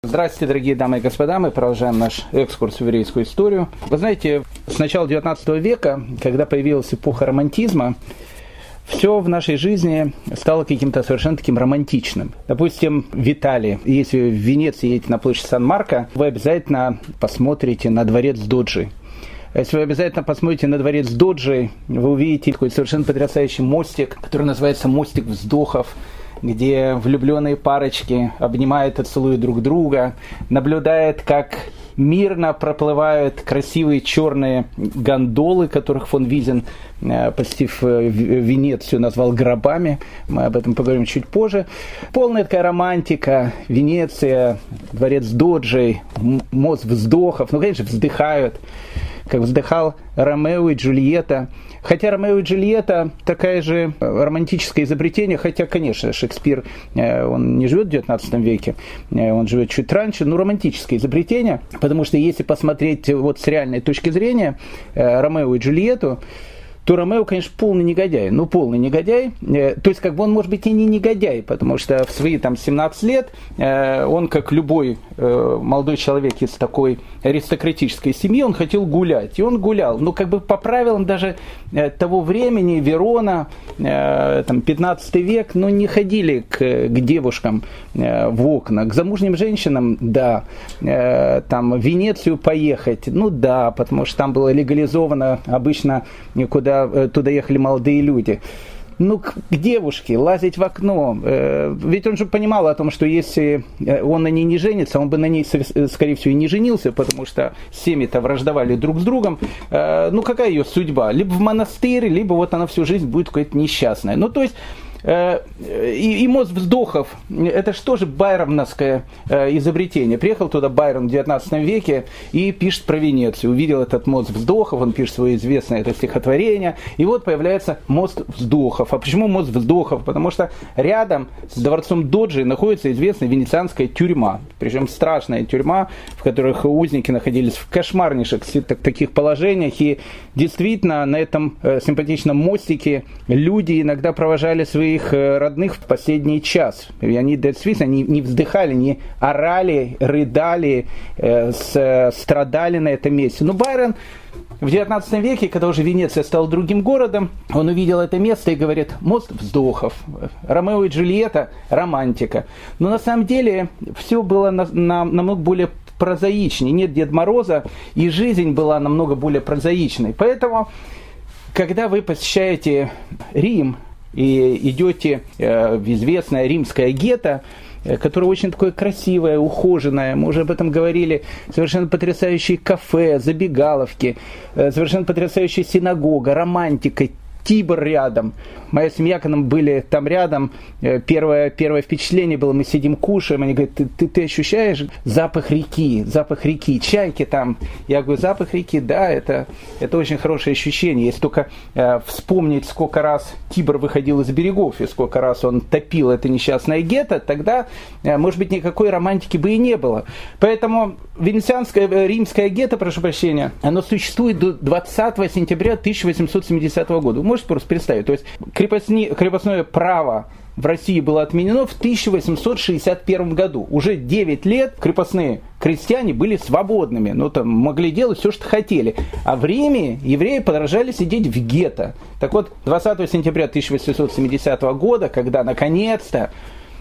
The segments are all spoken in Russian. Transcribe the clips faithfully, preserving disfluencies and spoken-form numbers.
Здравствуйте, дорогие дамы и господа, мы продолжаем наш экскурс в еврейскую историю. Вы знаете, с начала девятнадцатого века, когда появилась эпоха романтизма, все в нашей жизни стало каким-то совершенно таким романтичным. Допустим, в Италии, если в Венеции едете на площадь Сан-Марко, вы обязательно посмотрите на дворец Доджи. Если вы обязательно посмотрите на дворец Доджи, вы увидите такой совершенно потрясающий мостик, который называется «Мостик вздохов», где влюбленные парочки обнимают и целуют друг друга, наблюдают, как мирно проплывают красивые черные гондолы, которых фон Визин, посетив Венецию, назвал гробами. Мы об этом поговорим чуть позже. Полная такая романтика. Венеция, дворец Доджи, мост вздохов. Ну, конечно, вздыхают, как вздыхал Ромео и Джульетта. Хотя Ромео и Джульетта такая же романтическое изобретение, хотя, конечно, Шекспир, он не живет в девятнадцатом веке, он живет чуть раньше, но романтическое изобретение, потому что если посмотреть вот с реальной точки зрения Ромео и Джульетту, то Ромео, конечно, полный негодяй. Ну, полный негодяй. То есть, как бы он, может быть, и не негодяй, потому что в свои там семнадцать лет он, как любой молодой человек из такой аристократической семьи, он хотел гулять. И он гулял. Но как бы по правилам даже того времени, Верона, там, пятнадцатый век, ну, не ходили к, к девушкам в окна. К замужним женщинам, да. Там, в Венецию поехать, ну, да, потому что там было легализовано обычно куда туда ехали молодые люди. Ну, к девушке, лазить в окно. Ведь он же понимал о том, что если он на ней не женится, он бы на ней, скорее всего, и не женился, потому что семьи-то враждовали друг с другом. Ну, какая ее судьба? Либо в монастырь, либо вот она всю жизнь будет какая-то несчастная. Ну, то есть, И, и мост вздохов, это же тоже байроновское изобретение. Приехал туда Байрон в девятнадцатом веке и пишет про Венецию. Увидел этот мост вздохов, он пишет свое известное это стихотворение. И вот появляется мост вздохов. А почему мост вздохов? Потому что рядом с дворцом Доджи находится известная венецианская тюрьма. Причем страшная тюрьма, в которых узники находились в кошмарнейших таких положениях. И действительно на этом симпатичном мостике люди иногда провожали свои их родных в последний час. И они, они не вздыхали, не орали, рыдали, э, с, страдали на этом месте. Но Байрон в девятнадцатом веке, когда уже Венеция стала другим городом, он увидел это место и говорит: мост вздохов, Ромео и Джульетта, романтика. Но на самом деле все было на, на, намного более прозаичнее. Нет Деда Мороза, и жизнь была намного более прозаичной. Поэтому, когда вы посещаете Рим, и идете в известное римское гетто, которое очень такое красивое, ухоженное. Мы уже об этом говорили. Совершенно потрясающие кафе, забегаловки, совершенно потрясающая синагога, романтика, Тибр рядом. Моя семья, когда мы были там рядом, первое, первое впечатление было: мы сидим, кушаем, они говорят: ты, ты, ты ощущаешь запах реки, запах реки, чайки там. Я говорю: запах реки, да, это, это очень хорошее ощущение. Если только э, вспомнить, сколько раз Тибр выходил из берегов и сколько раз он топил это несчастное гетто, тогда, э, может быть, никакой романтики бы и не было. Поэтому венецианское, э, римское гетто, прошу прощения, оно существует до двадцатого сентября тысяча восемьсот семидесятого года. Вы можете просто представить, то есть крепостни, крепостное право в России было отменено в тысяча восемьсот шестьдесят первом году. Уже девять лет крепостные крестьяне были свободными, ну, там, могли делать все, что хотели. А в Риме евреи продолжали сидеть в гетто. Так вот, двадцатого сентября тысяча восемьсот семидесятого года, когда наконец-то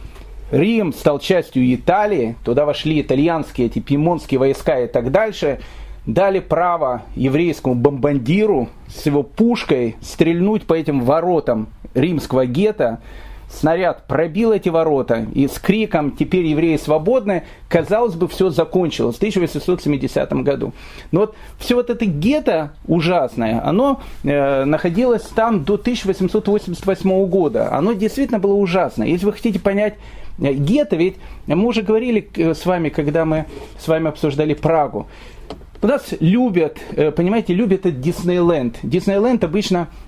Рим стал частью Италии, туда вошли итальянские, эти пьемонтские войска и так дальше, дали право еврейскому бомбардиру с его пушкой стрельнуть по этим воротам римского гетто. Снаряд пробил эти ворота, и с криком «Теперь евреи свободны», казалось бы, все закончилось в тысяча восемьсот семидесятом году. Но вот все вот это гетто ужасное, оно э, находилось там до тысяча восемьсот восемьдесят восьмого года. Оно действительно было ужасно. Если вы хотите понять э, гетто, ведь мы уже говорили э, с вами, когда мы с вами обсуждали Прагу. У нас любят, понимаете, любят этот Диснейленд. Диснейленд обычно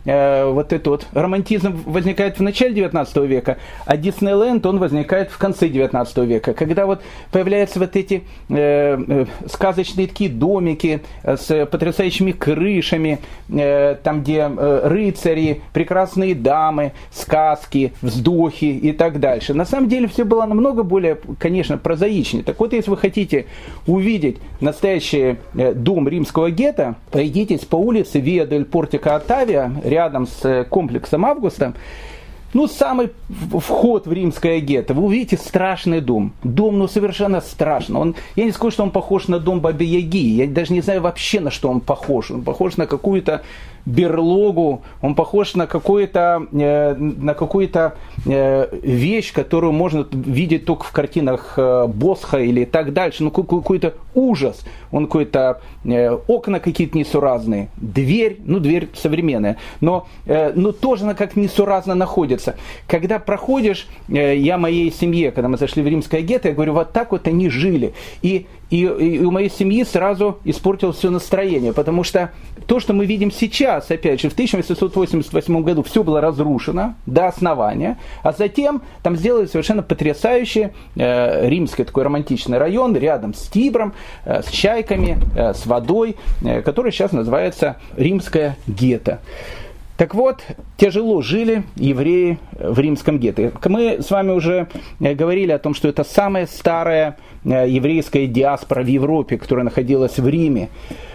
э, вот этот вот романтизм возникает в начале девятнадцатого века, а Диснейленд, он возникает в конце девятнадцатого века, когда вот появляются вот эти э, э, сказочные такие домики с потрясающими крышами, э, там, где э, рыцари, прекрасные дамы, сказки, вздохи и так дальше. На самом деле все было намного более, конечно, прозаичнее. Так вот, если вы хотите увидеть настоящий э, дом римского гетто, пройдитесь по улице Виа дель Портико Оттавия, рядом с комплексом Августа. Ну, самый вход в римское гетто, вы увидите страшный дом. Дом, ну, совершенно страшный. Он, я не скажу, что он похож на дом Бабы Яги. Я даже не знаю вообще, на что он похож. Он похож на какую-то берлогу, он похож на какую-то, э, на какую-то э, вещь, которую можно видеть только в картинах э, Босха или так дальше. Ну, какой-то ужас. Он какой-то, э, окна какие-то несуразные. Дверь, ну, дверь современная, но, э, но тоже она как несуразно находится. Когда проходишь, э, я моей семье, когда мы зашли в римское гетто, я говорю, вот так вот они жили. И И, и у моей семьи сразу испортилось все настроение, потому что то, что мы видим сейчас, опять же, в тысяча восемьсот восемьдесят восьмом году все было разрушено до основания, а затем там сделали совершенно потрясающий э, римский такой романтичный район рядом с Тибром, э, с чайками, э, с водой, э, который сейчас называется римское гетто. Так вот, тяжело жили евреи в римском гетто. Мы с вами уже говорили о том, что это самая старая еврейская диаспора в Европе, которая находилась в Риме.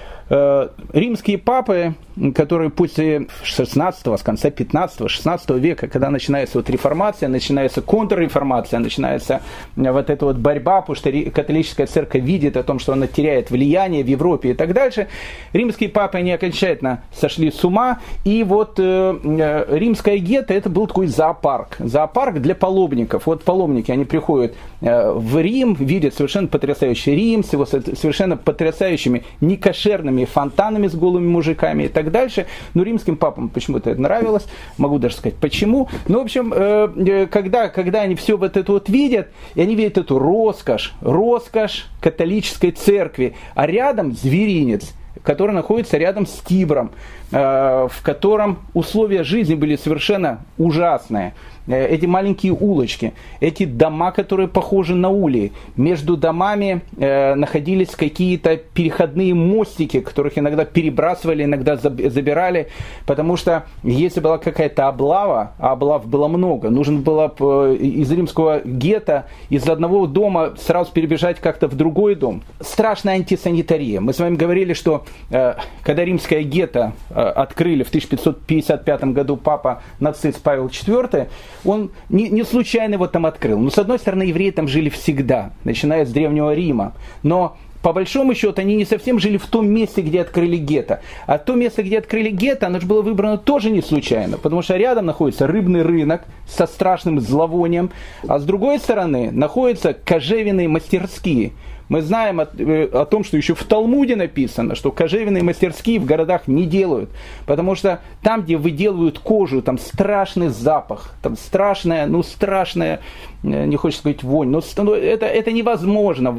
Римские папы, которые после шестнадцатого, с конца пятнадцатого, шестнадцатого века, когда начинается вот реформация, начинается контрреформация, начинается вот эта вот борьба, потому что католическая церковь видит о том, что она теряет влияние в Европе и так дальше, римские папы, они окончательно сошли с ума, и вот э, римское гетто, это был такой зоопарк, зоопарк для паломников. Вот паломники, они приходят э, в Рим, видят совершенно потрясающий Рим, с его совершенно потрясающими некошерными фонтанами с голыми мужиками и так дальше. Но римским папам почему-то это нравилось. Могу даже сказать, почему. Ну, в общем, когда, когда они все вот это вот видят, и они видят эту роскошь, роскошь католической церкви, а рядом зверинец, который находится рядом с Тибром, в котором условия жизни были совершенно ужасные. Эти маленькие улочки, эти дома, которые похожи на ульи. Между домами э, находились какие-то переходные мостики, которых иногда перебрасывали, иногда забирали, потому что если была какая-то облава, а облав было много, нужно было из римского гетто, из одного дома сразу перебежать как-то в другой дом. Страшная антисанитария. Мы с вами говорили, что э, когда римское гетто э, открыли в тысяча пятьсот пятьдесят пятом году папа нацист Павел четвёртый, он не, не случайно его там открыл. Но, с одной стороны, евреи там жили всегда, начиная с Древнего Рима. Но, по большому счету, они не совсем жили в том месте, где открыли гетто. А то место, где открыли гетто, оно же было выбрано тоже не случайно. Потому что рядом находится рыбный рынок со страшным зловонием. А с другой стороны, находятся кожевенные мастерские. Мы знаем о, о том, что еще в Талмуде написано, что кожевенные мастерские в городах не делают. Потому что там, где выделывают кожу, там страшный запах, там страшная, ну страшная, не хочется сказать вонь, но это, это невозможно.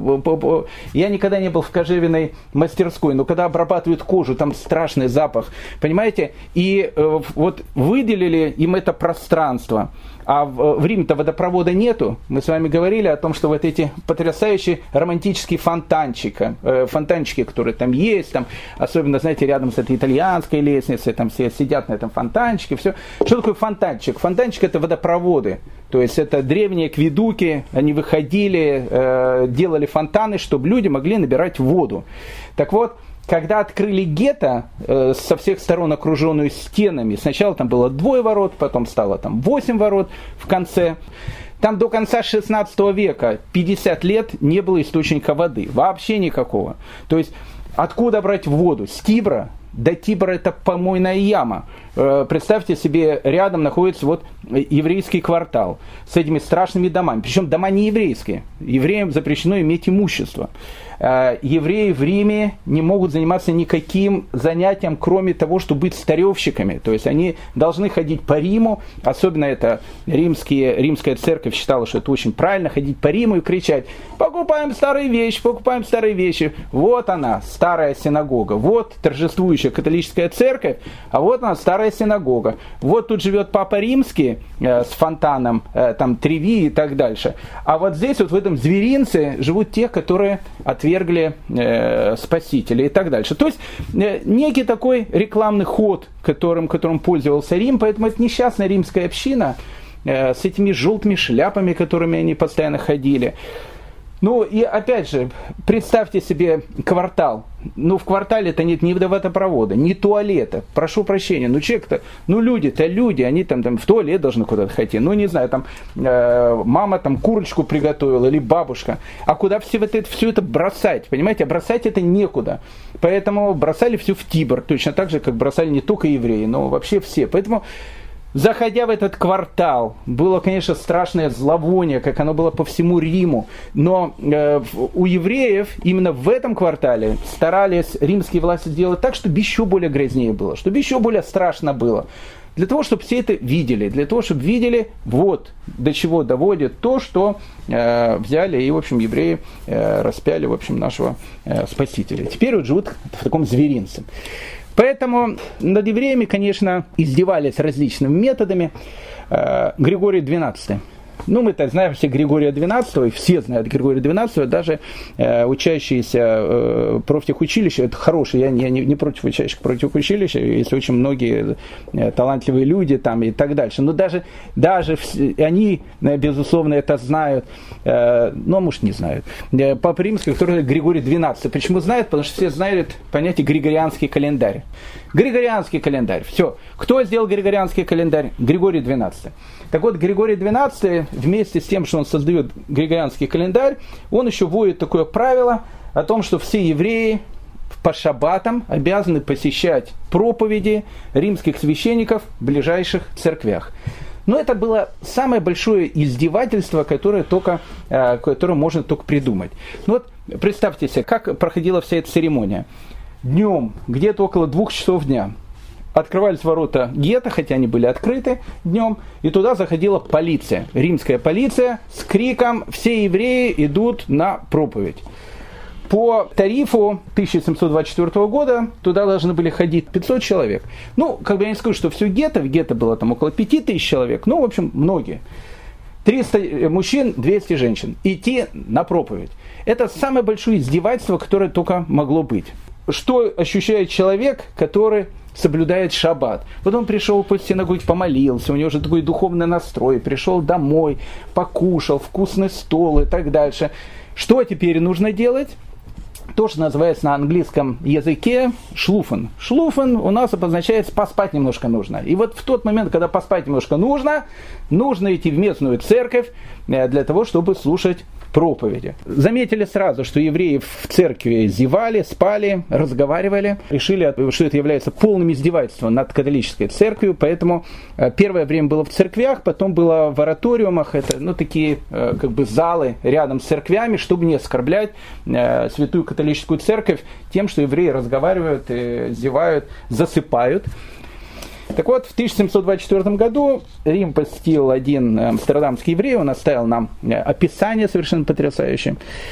Я никогда не был в кожевенной мастерской, но когда обрабатывают кожу, там страшный запах. Понимаете? И вот выделили им это пространство. А в, в Риме-то водопровода нету. Мы с вами говорили о том, что вот эти потрясающие романтические фонтанчики, э, фонтанчики, которые там есть, там, особенно, знаете, рядом с этой итальянской лестницей, там все сидят на этом фонтанчике, все. Что такое фонтанчик? Фонтанчик — это водопроводы. То есть это древние акведуки, они выходили, э, делали фонтаны, чтобы люди могли набирать воду. Так вот, когда открыли гетто, э, со всех сторон окруженную стенами, сначала там было двое ворот, потом стало там восемь ворот в конце. Там до конца шестнадцатого века, пятьдесят лет, не было источника воды. Вообще никакого. То есть, откуда брать воду? С Тибра? Да Тибр — это помойная яма. Э, представьте себе, рядом находится вот еврейский квартал с этими страшными домами. Причем дома не еврейские. Евреям запрещено иметь имущество. Евреи в Риме не могут заниматься никаким занятием, кроме того, чтобы быть старевщиками. То есть они должны ходить по Риму, особенно это римские, римская церковь считала, что это очень правильно, ходить по Риму и кричать: покупаем старые вещи, покупаем старые вещи. Вот она, старая синагога, вот торжествующая католическая церковь, а вот она, старая большая синагога. Вот тут живет Папа Римский э, с фонтаном, э, там Треви и так дальше. А вот здесь, вот в этом зверинце, живут те, которые отвергли э, Спасителя и так дальше. То есть э, некий такой рекламный ход, которым, которым пользовался Рим, поэтому это несчастная римская община э, с этими желтыми шляпами, которыми они постоянно ходили. Ну и опять же, представьте себе квартал. Ну в квартале-то нет ни водопровода, ни туалета. Прошу прощения, ну человек-то, ну люди-то люди, они там, там в туалет должны куда-то ходить. Ну не знаю, там э, мама там курочку приготовила или бабушка. А куда все, вот это, все это бросать? Понимаете, а бросать это некуда. Поэтому бросали все в Тибр. Точно так же, как бросали не только евреи, но вообще все. Поэтому... Заходя в этот квартал, было, конечно, страшное зловоние, как оно было по всему Риму. Но э, у евреев именно в этом квартале старались римские власти сделать так, чтобы еще более грязнее было, чтобы еще более страшно было. Для того, чтобы все это видели, для того, чтобы видели, вот до чего доводит то, что э, взяли и, в общем, евреи э, распяли, в общем, нашего э, Спасителя. Теперь вот живут в таком зверинце. Поэтому над евреями, конечно, издевались различными методами. Григорий двенадцатый. Ну, мы-то знаем все Григория двенадцатого, и все знают Григория двенадцатого, даже э, учащиеся э, профтехучилища, это хорошие, я, я не, не против учащих профтехучилища, есть очень многие э, талантливые люди там и так дальше, но даже, даже все, они, э, безусловно, это знают, э, но, может, не знают. Э, Папа Римский, который Григорий двенадцатый, почему знают? Потому что все знают понятие Григорианский календарь. Григорианский календарь, все. Кто сделал Григорианский календарь? Григорий двенадцатый. Так вот, Григорий двенадцатый, вместе с тем, что он создает Григорианский календарь, он еще вводит такое правило о том, что все евреи по шаббатам обязаны посещать проповеди римских священников в ближайших церквях. Но это было самое большое издевательство, которое, только, которое можно только придумать. Ну вот представьте себе, как проходила вся эта церемония. Днем, где-то около двух часов дня, открывались ворота гетто, хотя они были открыты днем, и туда заходила полиция, римская полиция, с криком «Все евреи идут на проповедь». По тарифу тысяча семьсот двадцать четвёртого года туда должны были ходить пятьсот человек. Ну, как бы я не скажу, что все гетто, в гетто было там около пять тысяч человек, ну, в общем, многие. триста мужчин, двести женщин. Идти на проповедь. Это самое большое издевательство, которое только могло быть. Что ощущает человек, который соблюдает шаббат? Вот он пришел после синагоги, помолился, у него уже такой духовный настрой, пришел домой, покушал, вкусный стол и так дальше. Что теперь нужно делать? То, что называется на английском языке шлуфен. Шлуфен у нас обозначает поспать немножко нужно. И вот в тот момент, когда поспать немножко нужно, нужно идти в местную церковь для того, чтобы слушать проповеди. Заметили сразу, что евреи в церкви зевали, спали, разговаривали. Решили, что это является полным издевательством над католической церковью, поэтому первое время было в церквях, потом было в ораториумах, это ну, такие как бы залы рядом с церквями, чтобы не оскорблять святую католическую церковь тем, что евреи разговаривают, зевают, засыпают. Так вот, в тысяча семьсот двадцать четвёртом году Рим посетил один амстердамский еврей, он оставил нам описание совершенно потрясающее,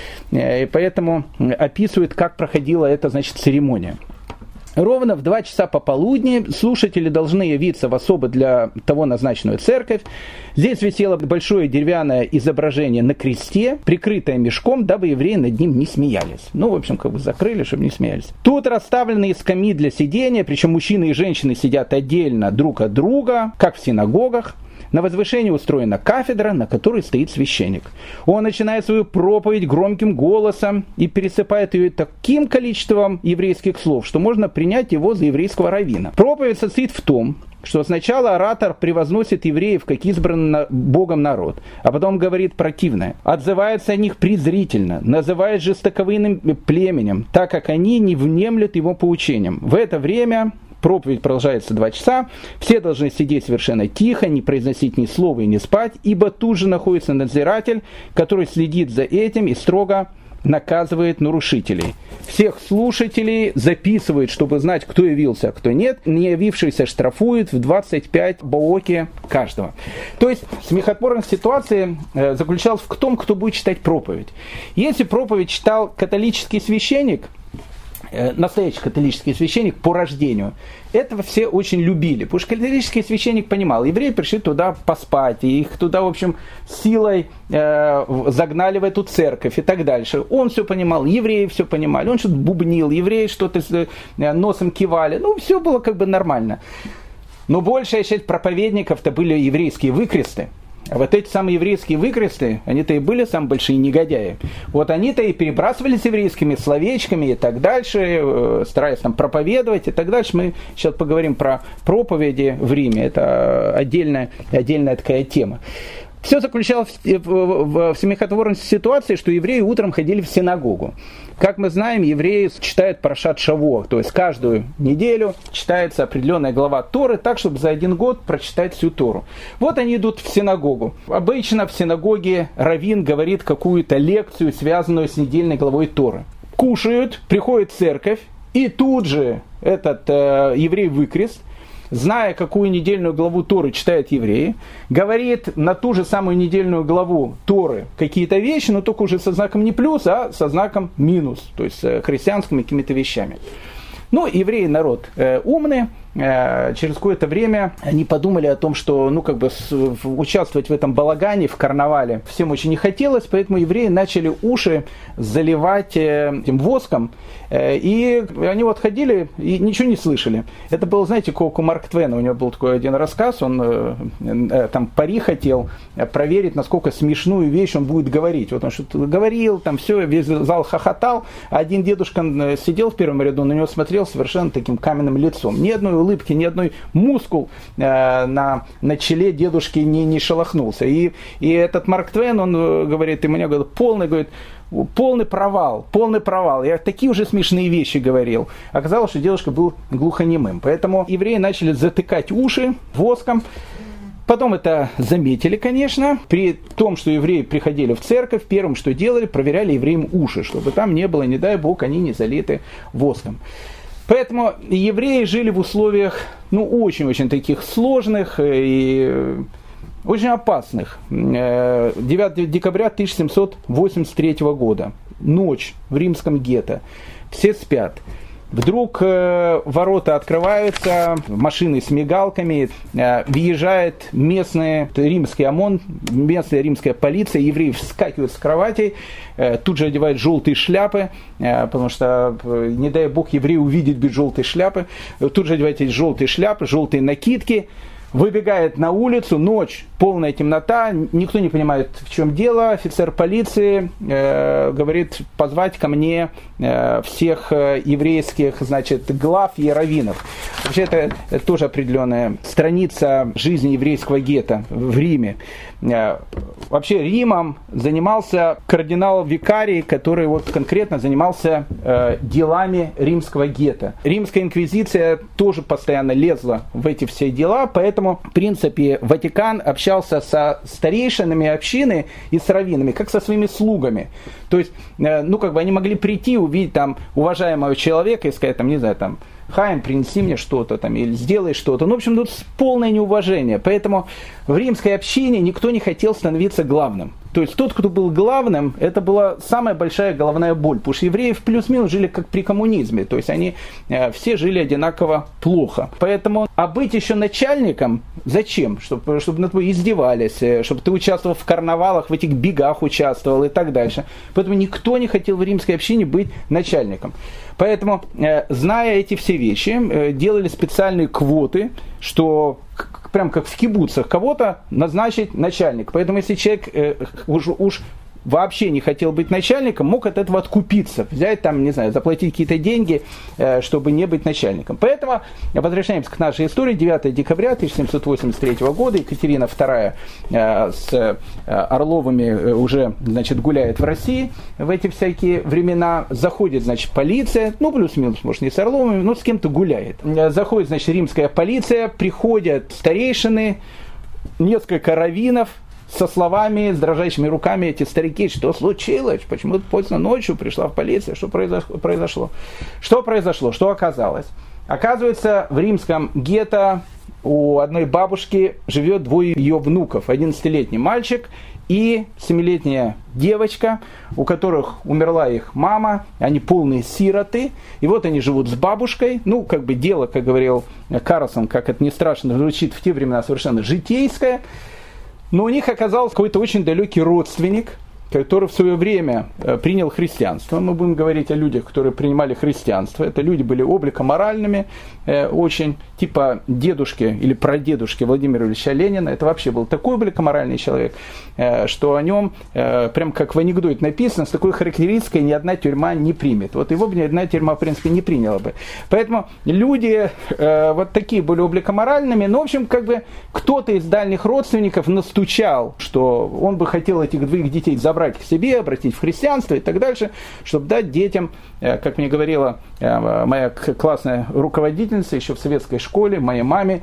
и поэтому описывает, как проходила эта, значит, церемония. Ровно в два часа пополудни слушатели должны явиться в особо для того назначенную церковь. Здесь висело большое деревянное изображение на кресте, прикрытое мешком, дабы евреи над ним не смеялись. Ну, в общем, как бы закрыли, чтобы не смеялись. Тут расставлены скамьи для сидения, причем мужчины и женщины сидят отдельно друг от друга, как в синагогах. На возвышении устроена кафедра, на которой стоит священник. Он начинает свою проповедь громким голосом и пересыпает ее таким количеством еврейских слов, что можно принять его за еврейского раввина. Проповедь состоит в том, что сначала оратор превозносит евреев как избранный Богом народ, а потом говорит противное, отзывается о них презрительно, называет жестоковыйным племенем, так как они не внемлют его поучениям. В это время... Проповедь продолжается два часа, все должны сидеть совершенно тихо, не произносить ни слова и не спать, ибо тут же находится надзиратель, который следит за этим и строго наказывает нарушителей. Всех слушателей записывает, чтобы знать, кто явился, а кто нет. Не явившийся штрафует в двадцать пять баоки каждого. То есть смехотворность ситуации заключалась в том, кто будет читать проповедь. Если проповедь читал католический священник, настоящий католический священник по рождению, этого все очень любили, потому что католический священник понимал, евреи пришли туда поспать, и их туда, в общем, силой э, загнали в эту церковь и так дальше. Он все понимал, евреи все понимали, он что-то бубнил, евреи что-то э, носом кивали, ну, все было как бы нормально. Но большая часть проповедников-то были еврейские выкресты. А вот эти самые еврейские выкресты, они-то и были самые большие негодяи. Вот они-то и перебрасывались еврейскими словечками и так дальше, стараясь там проповедовать и так дальше. Мы сейчас поговорим про проповеди в Риме. Это отдельная, отдельная такая тема. Все заключалось в, в, в смехотворной ситуации, что евреи утром ходили в синагогу. Как мы знаем, евреи читают Парашат Шавуа, то есть каждую неделю читается определенная глава Торы, так, чтобы за один год прочитать всю Тору. Вот они идут в синагогу. Обычно в синагоге раввин говорит какую-то лекцию, связанную с недельной главой Торы. Кушают, приходит в церковь, и тут же этот э, еврей-выкрест, зная, какую недельную главу Торы читают евреи, говорит на ту же самую недельную главу Торы какие-то вещи, но только уже со знаком не плюс, а со знаком минус, то есть христианскими какими-то вещами. Ну, евреи народ э, умный, э, через какое-то время они подумали о том, что ну, как бы с, в, участвовать в этом балагане, в карнавале всем очень не хотелось, поэтому евреи начали уши заливать э, этим воском, э, и они вот ходили и ничего не слышали. Это было, знаете, как у Марка Твена, у него был такой один рассказ, он э, э, там пари хотел проверить, насколько смешную вещь он будет говорить. Вот он что-то говорил, там все, весь зал хохотал, а один дедушка сидел в первом ряду, на него смотрел совершенно таким каменным лицом. Ни одной улыбки, ни одной мускул э, на, на челе дедушки не, не шелохнулся. И, и этот Марк Твен, он говорит, и мне говорит, полный, говорит, полный провал, полный провал. Я такие уже смешные вещи говорил. Оказалось, что дедушка был глухонемым. Поэтому евреи начали затыкать уши воском. Потом это заметили, конечно. При том, что евреи приходили в церковь, первым, что делали, проверяли евреям уши, чтобы там не было, не дай бог, они не залиты воском. Поэтому евреи жили в условиях, ну, очень-очень таких сложных и очень опасных. девятого декабря тысяча семьсот восемьдесят третьего года. Ночь в римском гетто. Все спят. Вдруг э, ворота открываются, машины с мигалками, э, въезжает местный римский ОМОН, местная римская полиция, евреи вскакивают с кроватей, э, тут же одевают желтые шляпы, э, потому что, э, не дай бог, евреи увидят без желтой шляпы, тут же одевают эти желтые шляпы, желтые накидки, выбегает на улицу, ночь, полная темнота, никто не понимает, в чем дело. Офицер полиции э, говорит позвать ко мне э, всех э, еврейских, значит, глав и раввинов. Вообще это, это тоже определенная страница жизни еврейского гетто в Риме. Э, вообще Римом занимался кардинал-викарий, который вот конкретно занимался э, делами римского гетто. Римская инквизиция тоже постоянно лезла в эти все дела, поэтому в принципе Ватикан общался со старейшинами общины и с раввинами, как со своими слугами. То есть, ну, как бы они могли прийти, увидеть там уважаемого человека и сказать, там, не знаю, там, Хаим, принеси мне что-то там, или сделай что-то. Ну, в общем, тут полное неуважение. Поэтому в римской общине никто не хотел становиться главным. То есть тот, кто был главным, это была самая большая головная боль. Потому что евреи в плюс-минус жили как при коммунизме. То есть они э, все жили одинаково плохо. Поэтому, а быть еще начальником, зачем? Чтобы, чтобы над тобой издевались, чтобы ты участвовал в карнавалах, в этих бегах участвовал и так дальше. Поэтому никто не хотел в римской общине быть начальником. Поэтому, э, зная эти все вещи, э, делали специальные квоты, что прям как в кибуцах кого-то назначить начальник. Поэтому если человек э, уж, уж вообще не хотел быть начальником, мог от этого откупиться, взять там, не знаю, заплатить какие-то деньги, э, чтобы не быть начальником. Поэтому возвращаемся к нашей истории. девятого декабря тысяча семьсот восемьдесят третьего года Екатерина вторая э, с э, Орловыми э, уже, значит, гуляет в России в эти всякие времена. Заходит, значит, полиция, ну, плюс-минус, может, не с Орловыми, но с кем-то гуляет. Заходит, значит, римская полиция, приходят старейшины, несколько раввинов, со словами, с дрожащими руками эти старики, что случилось, почему поздно ночью пришла в полицию, что произошло, что произошло, что оказалось. Оказывается, в римском гетто у одной бабушки живет двое ее внуков. одиннадцатилетний мальчик и семилетняя девочка, у которых умерла их мама, они полные сироты, и вот они живут с бабушкой, ну, как бы дело, как говорил Карлсон, как это не страшно звучит, в те времена совершенно житейское, но у них оказался какой-то очень далекий родственник, который в свое время принял христианство. Мы будем говорить о людях, которые принимали христианство. Это люди были обликоморальными, очень, типа дедушки или прадедушки Владимира Ильича Ленина. Это вообще был такой обликоморальный человек, что о нем, прям как в анекдоте написано, с такой характеристикой ни одна тюрьма не примет. Вот его бы ни одна тюрьма, в принципе, не приняла бы. Поэтому люди вот такие были обликоморальными. Но, в общем, как бы кто-то из дальних родственников настучал, что он бы хотел этих двоих детей забрать к себе, обратить в христианство и так дальше, чтобы дать детям, как мне говорила моя классная руководительница еще в советской школе, моей маме,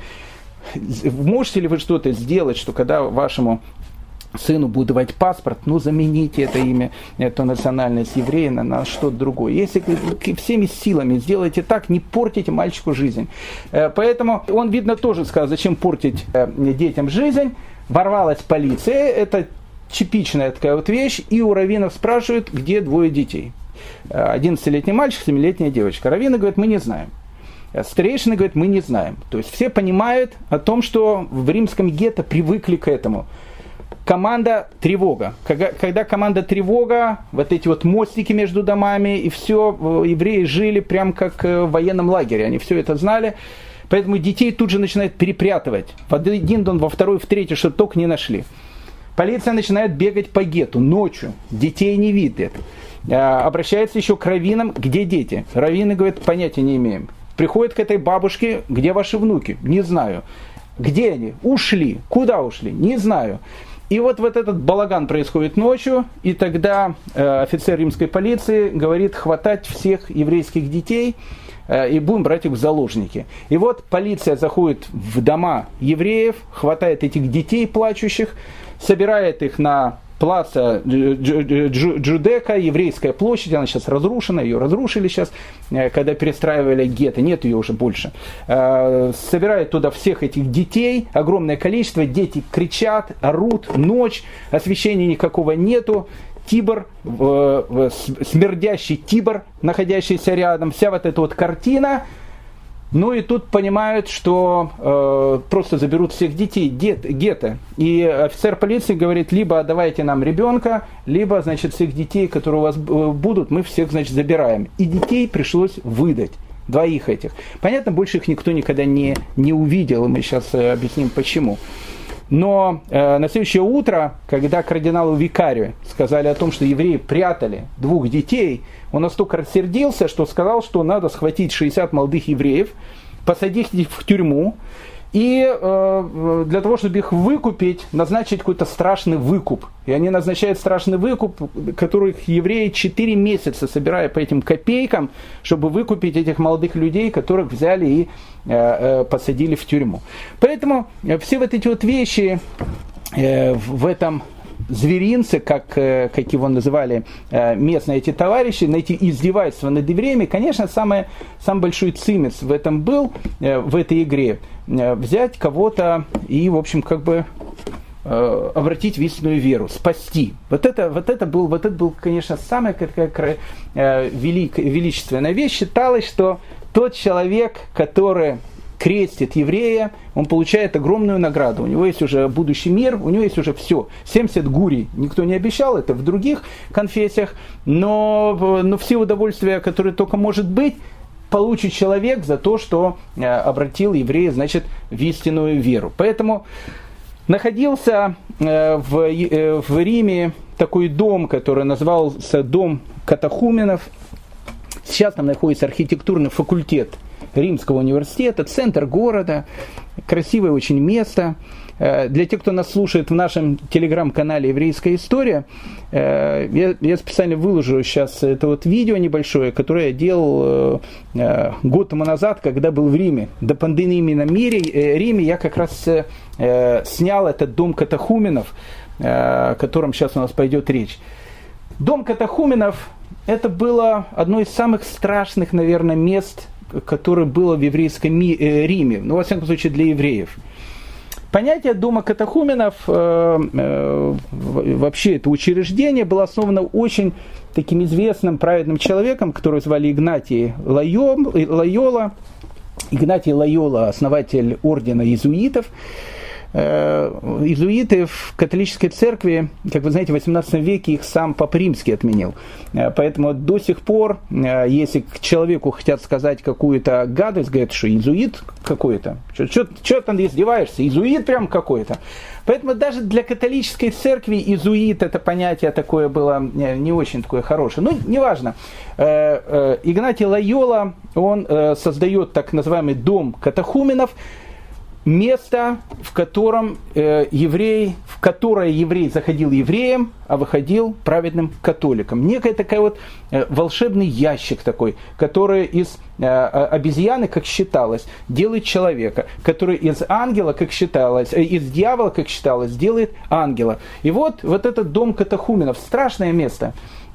можете ли вы что-то сделать, что когда вашему сыну будет давать паспорт, ну замените это имя, эту национальность еврея на, на что-то другое. Если всеми силами сделаете так, не портите мальчику жизнь. Поэтому он, видно, тоже сказал, зачем портить детям жизнь. Ворвалась полиция, это типичная такая вот вещь, и у раввинов спрашивают, где двое детей. одиннадцатилетний мальчик, семилетняя девочка. Раввины говорят, мы не знаем. Старейшины говорят, мы не знаем. То есть все понимают о том, что в римском гетто привыкли к этому. Команда тревога. Когда, когда команда тревога, вот эти вот мостики между домами, и все, евреи жили прям как в военном лагере. Они все это знали. Поэтому детей тут же начинают перепрятывать. В один дом, во второй, в третий, чтобы только не нашли. Полиция начинает бегать по гетту ночью, детей не видят. Обращается еще к раввинам, где дети. Раввины говорят, понятия не имеем. Приходят к этой бабушке, где ваши внуки? Не знаю. Где они? Ушли. Куда ушли? Не знаю. И вот, вот этот балаган происходит ночью, и тогда э, офицер римской полиции говорит хватать всех еврейских детей, э, и будем брать их в заложники. И вот полиция заходит в дома евреев, хватает этих детей плачущих, собирает их на плаца Джудека, еврейская площадь, она сейчас разрушена, ее разрушили сейчас, когда перестраивали гетто, нет ее уже больше. Собирает туда всех этих детей, огромное количество, дети кричат, орут, ночь, освещения никакого нету, Тибр, смердящий Тибр, находящийся рядом, вся вот эта вот картина. Ну и тут понимают, что э, просто заберут всех детей, гет, гетто. И офицер полиции говорит, либо отдавайте нам ребенка, либо, значит, всех детей, которые у вас будут, мы всех, значит, забираем. И детей пришлось выдать, двоих этих. Понятно, больше их никто никогда не, не увидел, и мы сейчас э, объясним почему. Но э, на следующее утро, когда кардиналу Викарию сказали о том, что евреи прятали двух детей, он настолько рассердился, что сказал, что надо схватить шестьдесят молодых евреев, посадить их в тюрьму, и э, для того, чтобы их выкупить, назначить какой-то страшный выкуп. И они назначают страшный выкуп, который евреи четыре месяца, собирая по этим копейкам, чтобы выкупить этих молодых людей, которых взяли и э, э, посадили в тюрьму. Поэтому все вот эти вот вещи э, в этом зверинце, как, как его называли местные эти товарищи, на эти издевательства над евреями, конечно, самое, самый большой цимес в этом был, в этой игре, взять кого-то и, в общем, как бы обратить в истинную веру, спасти. Вот это, вот это, был, вот это был, конечно, самая такая велик, величественная вещь. Считалось, что тот человек, который крестит еврея, он получает огромную награду. У него есть уже будущий мир, у него есть уже все. семьдесят гурий. Никто не обещал, это в других конфессиях, но, но все удовольствия, которые только может быть, получит человек за то, что обратил еврея, значит, в истинную веру. Поэтому находился в, в Риме такой дом, который назывался дом катахуменов. Сейчас там находится архитектурный факультет Римского университета, центр города, красивое очень место. Для тех, кто нас слушает в нашем телеграм-канале «Еврейская история», я, я специально выложу сейчас это вот видео небольшое, которое я делал год тому назад, когда был в Риме. До пандемии на мире, Риме я как раз снял этот дом катахуменов, о котором сейчас у нас пойдет речь. Дом катахуменов – это было одно из самых страшных, наверное, мест, которое было в еврейском Риме, ну, во всяком случае, для евреев. Понятие дома катехуменов, э, э, вообще это учреждение, было основано очень таким известным праведным человеком, которого звали Игнатий Лойола. Игнатий Лойола, основатель ордена иезуитов. Иезуиты в католической церкви, как вы знаете, в восемнадцатом веке их сам Папа Римский отменил. Поэтому до сих пор, если к человеку хотят сказать какую-то гадость, говорят, что иезуит какой-то. Что ты издеваешься? Иезуит прям какой-то. Поэтому даже для католической церкви иезуит это понятие такое было не очень такое хорошее. Ну, неважно. Игнатий Лойола, он создает так называемый дом катехуменов, место, в котором э, еврей, в которое еврей заходил евреем, а выходил праведным католиком. Некая такая вот э, волшебный ящик такой, который из э, обезьяны, как считалось, делает человека, который из ангела, как считалось, э, из дьявола, как считалось, делает ангела. И вот, вот этот дом катехуменов, страшное место.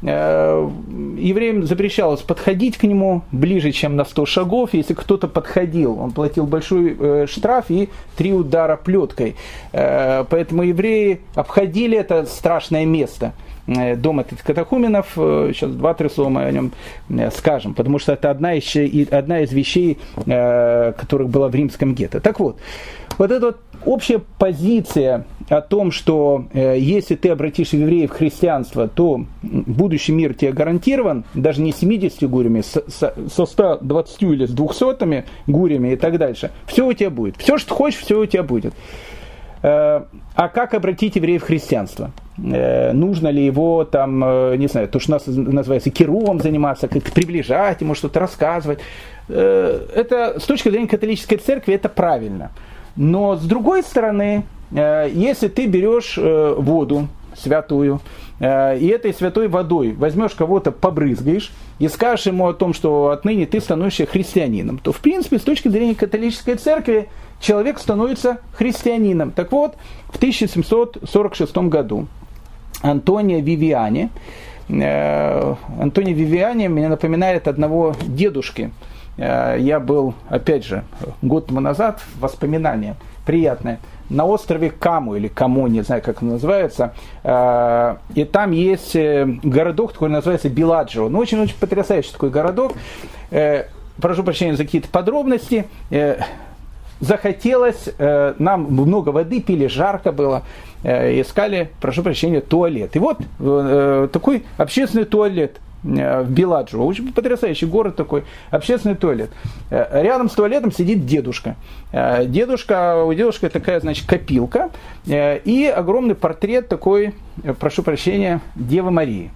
Евреям запрещалось подходить к нему ближе, чем на сто шагов. Если кто-то подходил, он платил большой штраф и три удара плеткой. Поэтому евреи обходили это страшное место. Дом этих катехуменов, сейчас два-три слова мы о нем скажем, потому что это одна из, одна из вещей, которых была в римском гетто. Так вот, вот эта вот общая позиция о том, что если ты обратишь евреев в христианство, то будущий мир тебе гарантирован, даже не семидесятью гурями, со ста двадцатью или с двухсотыми гурями и так дальше. Все у тебя будет. Все, что хочешь, все у тебя будет. А как обратить евреев в христианство? Нужно ли его там, не знаю, то, что у нас называется керувом заниматься, как приближать ему, что-то рассказывать. Это с точки зрения католической церкви это правильно. Но с другой стороны, если ты берешь воду святую, и этой святой водой возьмешь кого-то, побрызгаешь, и скажешь ему о том, что отныне ты становишься христианином, то в принципе с точки зрения католической церкви человек становится христианином. Так вот, в тысяча семьсот сорок шестом году Антонио Вивиани, э, Антонио Вивиани мне напоминает одного дедушки. Э, я был, опять же, год тому назад, воспоминание приятное, на острове Каму, или Каму, не знаю, как он называется, э, и там есть городок, который называется Беладжио. Ну, очень-очень потрясающий такой городок. Э, прошу прощения за какие-то подробности. Э, захотелось, э, нам много воды пили, жарко было, э, искали, прошу прощения, туалет. И вот э, такой общественный туалет э, в Беладжио, очень потрясающий город такой, общественный туалет. Э, рядом с туалетом сидит дедушка. Э, дедушка, у дедушки такая, значит, копилка э, и огромный портрет такой, э, прошу прощения, Девы Марии.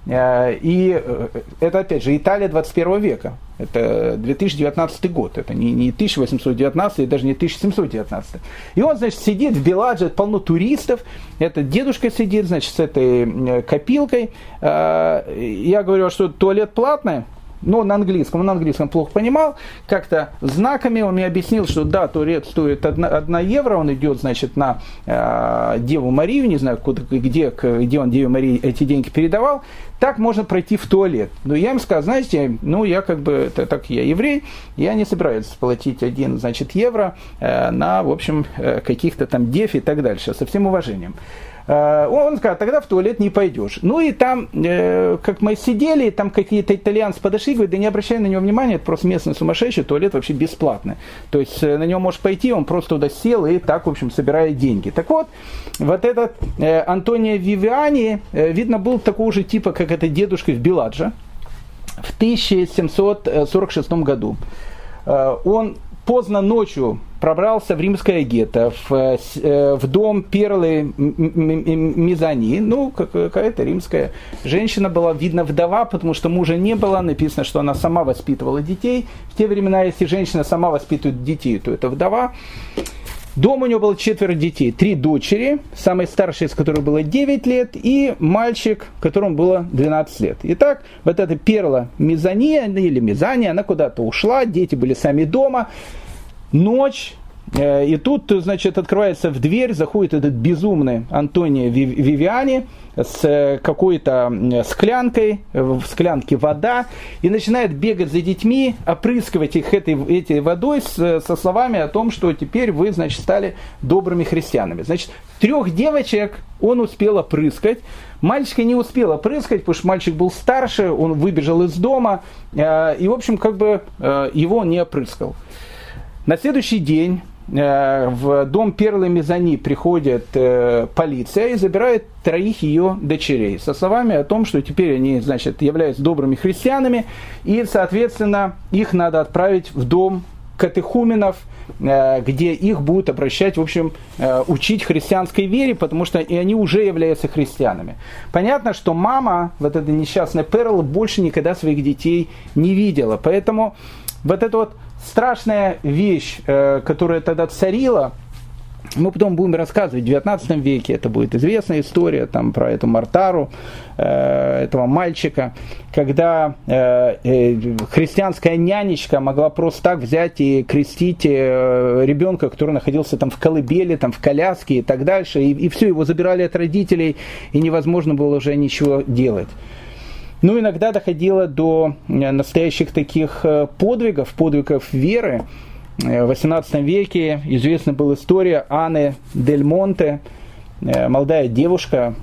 И это, опять же, Италия двадцать первого века. Это две тысячи девятнадцатый год. Это не, не тысяча восемьсот девятнадцатый, даже не тысяча семьсот девятнадцатый. И он, значит, сидит в Беладже, полно туристов. Этот дедушка сидит, значит, с этой копилкой. Я говорю, что туалет платный. Но на английском, он на английском плохо понимал, как-то знаками он мне объяснил, что да, туалет стоит одна евро, он идет, значит, на э, Деву Марию, не знаю, куда, где, где он Деве Марии эти деньги передавал, так можно пройти в туалет. Но я им сказал, знаете, ну я как бы, это, так я еврей, я не собираюсь платить один, значит, евро э, на, в общем, э, каких-то там дев и так дальше, со всем уважением. Он сказал, тогда в туалет не пойдешь. Ну и там, э, как мы сидели, там какие-то итальянцы подошли, говорят, да не обращай на него внимания, это просто местный сумасшедший, туалет вообще бесплатный. То есть э, на него можешь пойти, он просто туда сел и так, в общем, собирает деньги. Так вот, вот этот э, Антонио Вивиани, э, видно, был такого же типа, как этот дедушка в Беладжо в тысяча семьсот сорок шестом году. Э, он поздно ночью пробрался в римское гетто, в, в дом Перлы Мизани. Ну, какая-то римская женщина была, видно, вдова, потому что мужа не было. Написано, что она сама воспитывала детей. В те времена, если женщина сама воспитывает детей, то это вдова. Дома у него было четверо детей. Три дочери, самой старшей из которых было девять лет, и мальчик, которому было двенадцать лет. Итак, вот эта Перла Мизани, или Мизани, она куда-то ушла, дети были сами дома. Ночь, И тут, значит, открывается в дверь, заходит этот безумный Антонио Вивиани с какой-то склянкой, в склянке вода, и начинает бегать за детьми, опрыскивать их этой, этой водой с, со словами о том, что теперь вы, значит, стали добрыми христианами. Значит, трех девочек он успел опрыскать, мальчика не успел опрыскать, потому что мальчик был старше, он выбежал из дома, и, в общем, как бы его он не опрыскал. На следующий день в дом Перлы Мезани приходит полиция и забирает троих ее дочерей со словами о том, что теперь они, значит, являются добрыми христианами, и, соответственно, их надо отправить в дом катехуменов, где их будут обращать, в общем, учить христианской вере, потому что и они уже являются христианами. Понятно, что мама, вот эта несчастная Перла, больше никогда своих детей не видела, поэтому вот эта вот страшная вещь, которая тогда царила, мы потом будем рассказывать в девятнадцатом веке, это будет известная история там, про эту Мартару, этого мальчика, когда христианская нянечка могла просто так взять и крестить ребенка, который находился там в колыбели, там, в коляске и так дальше, и, и все, его забирали от родителей, и невозможно было уже ничего делать. Ну, иногда доходило до настоящих таких подвигов, подвигов веры. В восемнадцатом веке известна была история Анны Дель Монте, молодая девушка,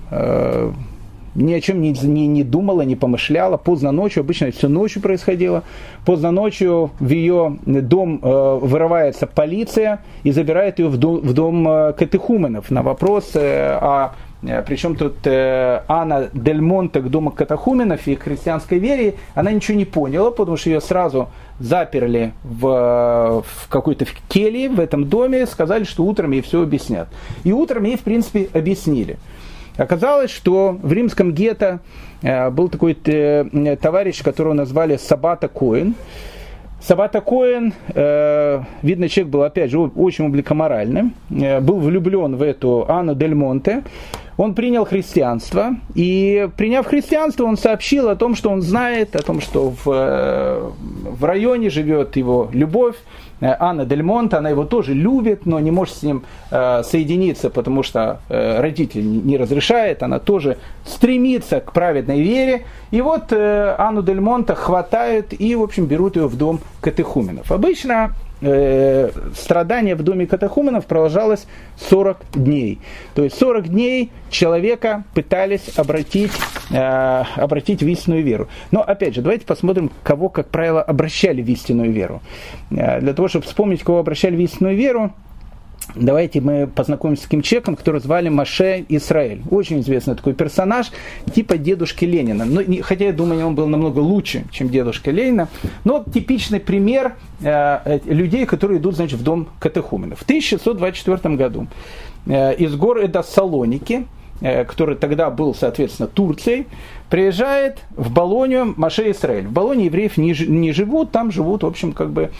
ни о чем не, не, не думала, не помышляла. Поздно ночью, обычно это все ночью происходило, поздно ночью в ее дом вырывается полиция и забирает ее в дом, в дом катехуменов. На вопрос о... Причем тут э, Анна Дель Монте к дому катехуменов и к христианской вере, она ничего не поняла, потому что ее сразу заперли в, в какой-то келье в этом доме, сказали, что утром ей все объяснят. И утром ей, в принципе, объяснили. Оказалось, что в римском гетто э, был такой э, товарищ, которого назвали Сабата Коэн. Сабата Коэн, э, видно, человек был, опять же, очень обликоморальным, э, был влюблен в эту Анну Дель Монте. Он принял христианство, и, приняв христианство, он сообщил о том, что он знает, о том, что в, э, в районе живет его любовь, Анна Дель Монте, она его тоже любит, но не может с ним э, соединиться, потому что э, родитель не разрешает, она тоже стремится к праведной вере. И вот э, Анну Дель Монте хватают и, в общем, берут ее в дом катехуменов. Обычно э, страдание в доме катехуменов продолжалось сорок дней. То есть сорок дней человека пытались обратить, э, обратить в истинную веру. Но, опять же, давайте посмотрим, кого, как правило, обращали в истинную веру. Э, для того, чтобы вспомнить, кого обращали в истинную веру, давайте мы познакомимся с таким человеком, которого звали Моше Исраэль. Очень известный такой персонаж, типа дедушки Ленина. Но, хотя, я думаю, он был намного лучше, чем дедушка Ленина. Но типичный пример э, людей, которые идут, значит, в дом катехуменов. В тысяча шестьсот двадцать четвёртом году э, из города Салоники, э, который тогда был, соответственно, Турцией, приезжает в Болонию Моше Исраэль. В Болонии евреев не, не живут, там живут, в общем, как бы,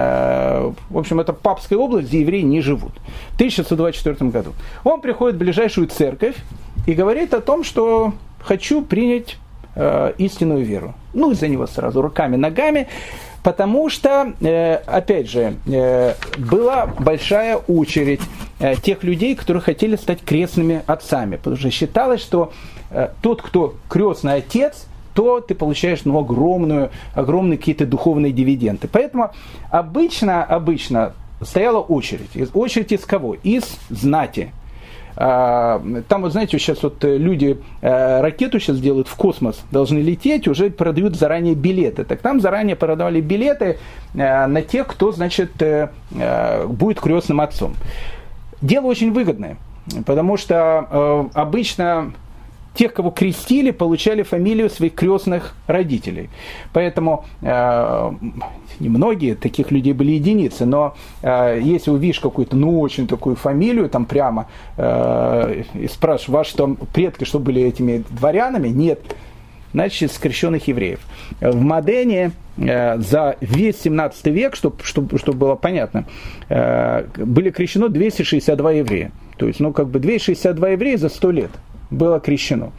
э, в общем, это папская область, где евреи не живут. В тысяча шестьсот двадцать четвёртом году. Он приходит в ближайшую церковь и говорит о том, что хочу принять э, истинную веру. Ну, из-за него сразу руками, ногами. Потому что, э, опять же, э, была большая очередь э, тех людей, которые хотели стать крестными отцами. Потому что считалось, что э, тот, кто крестный отец, то ты получаешь ну, огромную, огромные какие-то духовные дивиденды. Поэтому обычно, обычно стояла очередь. Очередь из кого? Из знати. Там, вот знаете, сейчас вот люди ракету сейчас делают в космос, должны лететь, уже продают заранее билеты. Так там заранее продавали билеты на тех, кто, значит, будет крестным отцом. Дело очень выгодное, потому что обычно тех, кого крестили, получали фамилию своих крестных родителей. Поэтому э, немногие, таких людей были единицы, но э, если увидишь какую-то, ну, очень такую фамилию, там прямо, э, и спрашиваешь, ваши там предки, что были этими дворянами? Нет. Значит, из крещенных евреев. В Модене э, за весь семнадцатый век, чтобы чтоб, чтоб было понятно, э, были крещено двести шестьдесят два еврея. То есть, ну, как бы двести шестьдесят два еврея за сто лет было крещено.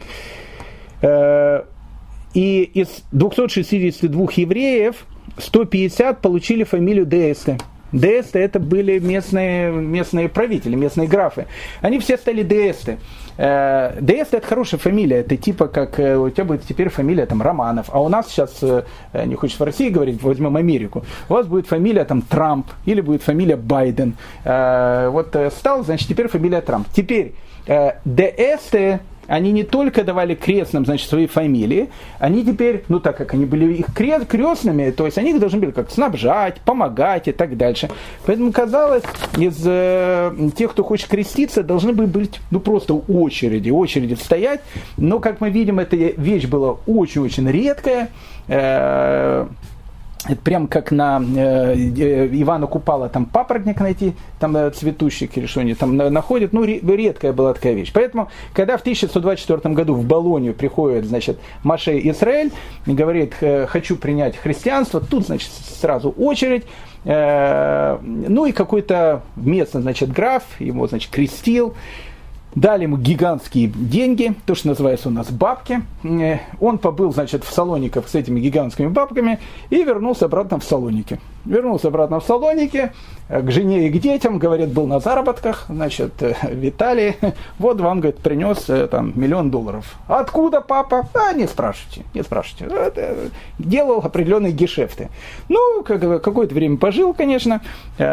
И из двухсот шестидесяти двух евреев сто пятьдесят получили фамилию Деэсте. Деэсты это были местные, местные правители, местные графы. Они все стали деэсты. Деэсты это хорошая фамилия, это типа как у тебя будет теперь фамилия там Романов, а у нас сейчас, не хочешь в России говорить, возьмем Америку, у вас будет фамилия там Трамп или будет фамилия Байден. Вот стал, значит, теперь фамилия Трамп. Теперь деэсты, они не только давали крестным, значит, свои фамилии, они теперь, ну так как они были их крестными, то есть они их должны были как снабжать, помогать и так дальше. Поэтому казалось, из э, тех, кто хочет креститься, должны были быть, ну просто очереди, очереди стоять. Но, как мы видим, эта вещь была очень-очень редкая. Э, Это прям как на э, Ивана Купала там папоротник найти, там э, цветущий или что-нибудь там находят. Ну, редкая была такая вещь. Поэтому, когда в тысяча сто двадцать четвёртом году в Болонию приходит, значит, Моше Исраэль и говорит, хочу принять христианство, тут, значит, сразу очередь. Э, ну и какой-то местный, значит, граф его, значит, крестил. Дали ему гигантские деньги, то, что называется у нас бабки. Он побыл, значит, в Салониках с этими гигантскими бабками и вернулся обратно в Салоники. Вернулся обратно в Салоники к жене и к детям, говорит, был на заработках, значит, в Италии. Вот вам, говорит, принес там миллион долларов. Откуда, папа? А, не спрашивайте, не спрашивайте. Делал определенные гешефты. Ну, какое-то время пожил, конечно,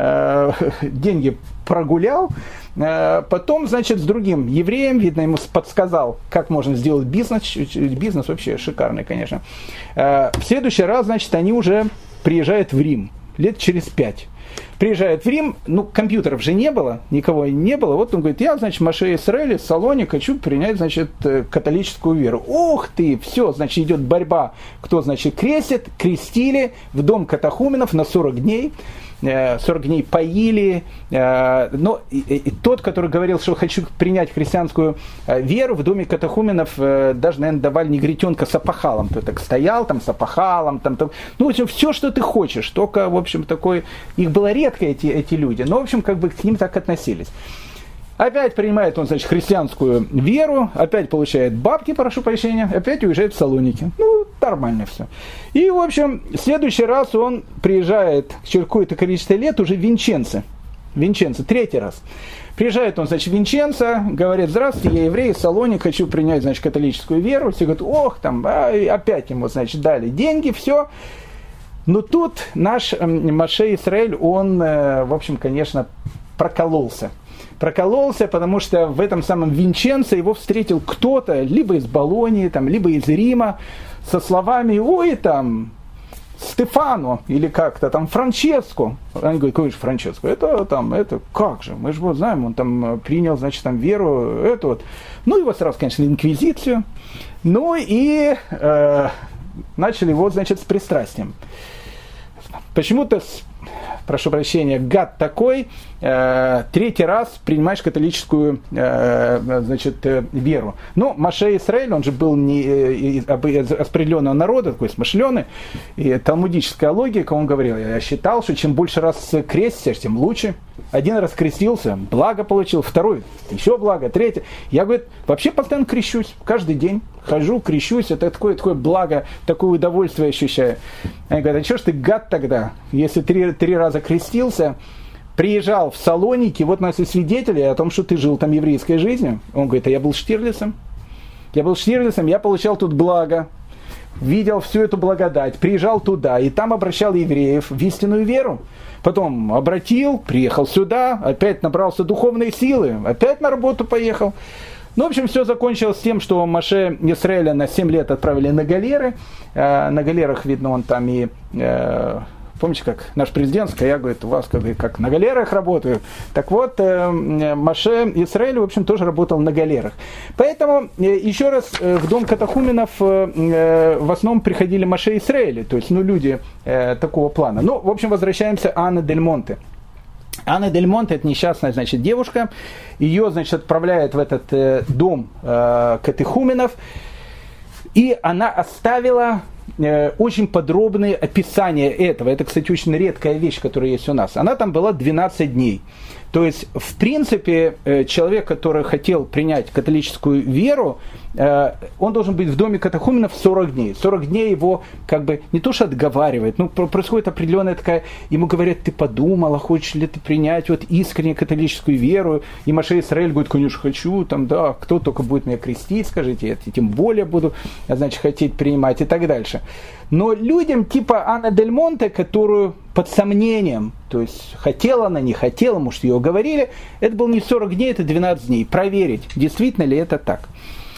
деньги прогулял. Потом, значит, с другим евреем, видно, ему подсказал, как можно сделать бизнес. Бизнес вообще шикарный, конечно. В следующий раз, значит, они уже приезжают в Рим. Лет через пять. Приезжает в Рим, ну, компьютеров же не было, никого не было. Вот он говорит, я, значит, Моше Исраэль из Салоник, хочу принять, значит, католическую веру. Ух ты, все, значит, идет борьба, кто, значит, крестит, крестили в дом катахуменов на сорок дней. сорок дней поили, но и, и тот, который говорил, что хочу принять христианскую веру, в доме катахуменов даже, наверное, давали негритенка с опахалом. Ты так стоял там с опахалом, там, там, ну, в общем, все, что ты хочешь, только, в общем, такой, их было редко, эти, эти люди, но, в общем, как бы к ним так относились. Опять принимает он, значит, христианскую веру, опять получает бабки, прошу прощения, опять уезжает в Салоники. Ну, нормально все. И, в общем, в следующий раз он приезжает через какое-то количество лет уже в Винченце. Винченце, третий раз. Приезжает он, значит, в Винченце, говорит, здравствуйте, я еврей из Салоник, хочу принять, значит, католическую веру. Все говорят, ох, там, а, опять ему, значит, дали деньги, все. Но тут наш Моше Исраэль, он, в общем, конечно, прокололся. Прокололся, потому что в этом самом Винченце его встретил кто-то, либо из Болонии, там, либо из Рима, со словами, ой, там, Стефано, или как-то там, Франческо. Они говорят, какой же Франческо? Это там, это, как же, мы же вот знаем, он там принял, значит, там, веру, это вот. Ну, его сразу, конечно, инквизицию. Ну, и э, начали его, значит, с пристрастием. Почему-то, прошу прощения, гад такой, э, третий раз принимаешь католическую, э, значит, э, веру. Но Моше Исраэль, он же был не из определенного народа, такой смышленый, и талмудическая логика, он говорил, я считал, что чем больше раз крестишься, тем лучше. Один раз крестился, благо получил, второй, еще благо, третий. Я, говорит, вообще постоянно крещусь, каждый день хожу, крещусь, это такое, такое благо, такое удовольствие ощущаю. Они говорят, а что ж ты гад тогда, если три, три раза крестился, приезжал в Салоники, вот у нас и свидетели о том, что ты жил там еврейской жизнью. Он говорит, а я был Штирлицем, я был Штирлицем, я получал тут благо, видел всю эту благодать, приезжал туда, и там обращал евреев в истинную веру. Потом обратил, приехал сюда, опять набрался духовной силы, опять на работу поехал. Ну, в общем, все закончилось тем, что Моше Исраэля на семь лет отправили на галеры. Э, на галерах, видно, он там и... Э, помните, как наш президент сказал, говорит, у вас как, как на галерах работаю. Так вот, э, Моше Исраэль, в общем, тоже работал на галерах. Поэтому, э, еще раз, э, в дом катахуменов э, в основном приходили Моше Исраэли, то есть, ну, люди э, такого плана. Ну, в общем, возвращаемся к Анне дель Монте. Анна дель Монте, это несчастная, значит, девушка. Ее, значит, отправляют в этот э, дом э, катехуменов. И она оставила э, очень подробные описания этого. Это, кстати, очень редкая вещь, которая есть у нас. Она там была двенадцать дней. То есть, в принципе, человек, который хотел принять католическую веру, он должен быть в доме катехуменов сорок дней. сорок дней его как бы не то что отговаривает, но происходит определенная такая, ему говорят, ты подумал, а хочешь ли ты принять вот искренне католическую веру? И Моше Исраэль говорит, конечно, хочу, там, да, кто только будет меня крестить, скажите, я тем более буду, значит, хотеть принимать и так дальше. Но людям типа Анны Дель Монте, которую под сомнением, то есть хотела она, не хотела, может, ее говорили, это было не сорок дней, это двенадцать дней. Проверить, действительно ли это так.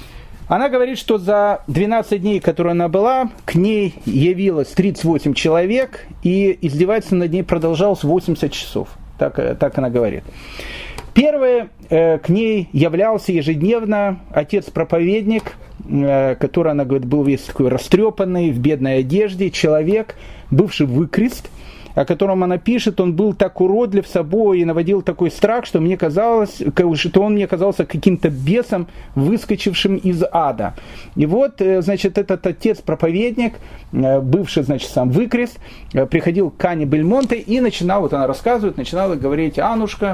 Она говорит, что за двенадцать дней, которые она была, к ней явилось тридцать восемь человек, и издеваться над ней продолжалось восемьдесят часов. Так, так она говорит. Первый э, к ней являлся ежедневно отец-проповедник, э, который, она говорит, был весь такой растрепанный, в бедной одежде, человек, бывший выкрест, о котором она пишет, он был так уродлив собой и наводил такой страх, что мне казалось, что он мне казался каким-то бесом, выскочившим из ада. И вот, значит, этот отец-проповедник, бывший, значит, сам выкрест, приходил к Анне Дель Монте и начинал, вот она рассказывает, начинала говорить, Аннушка,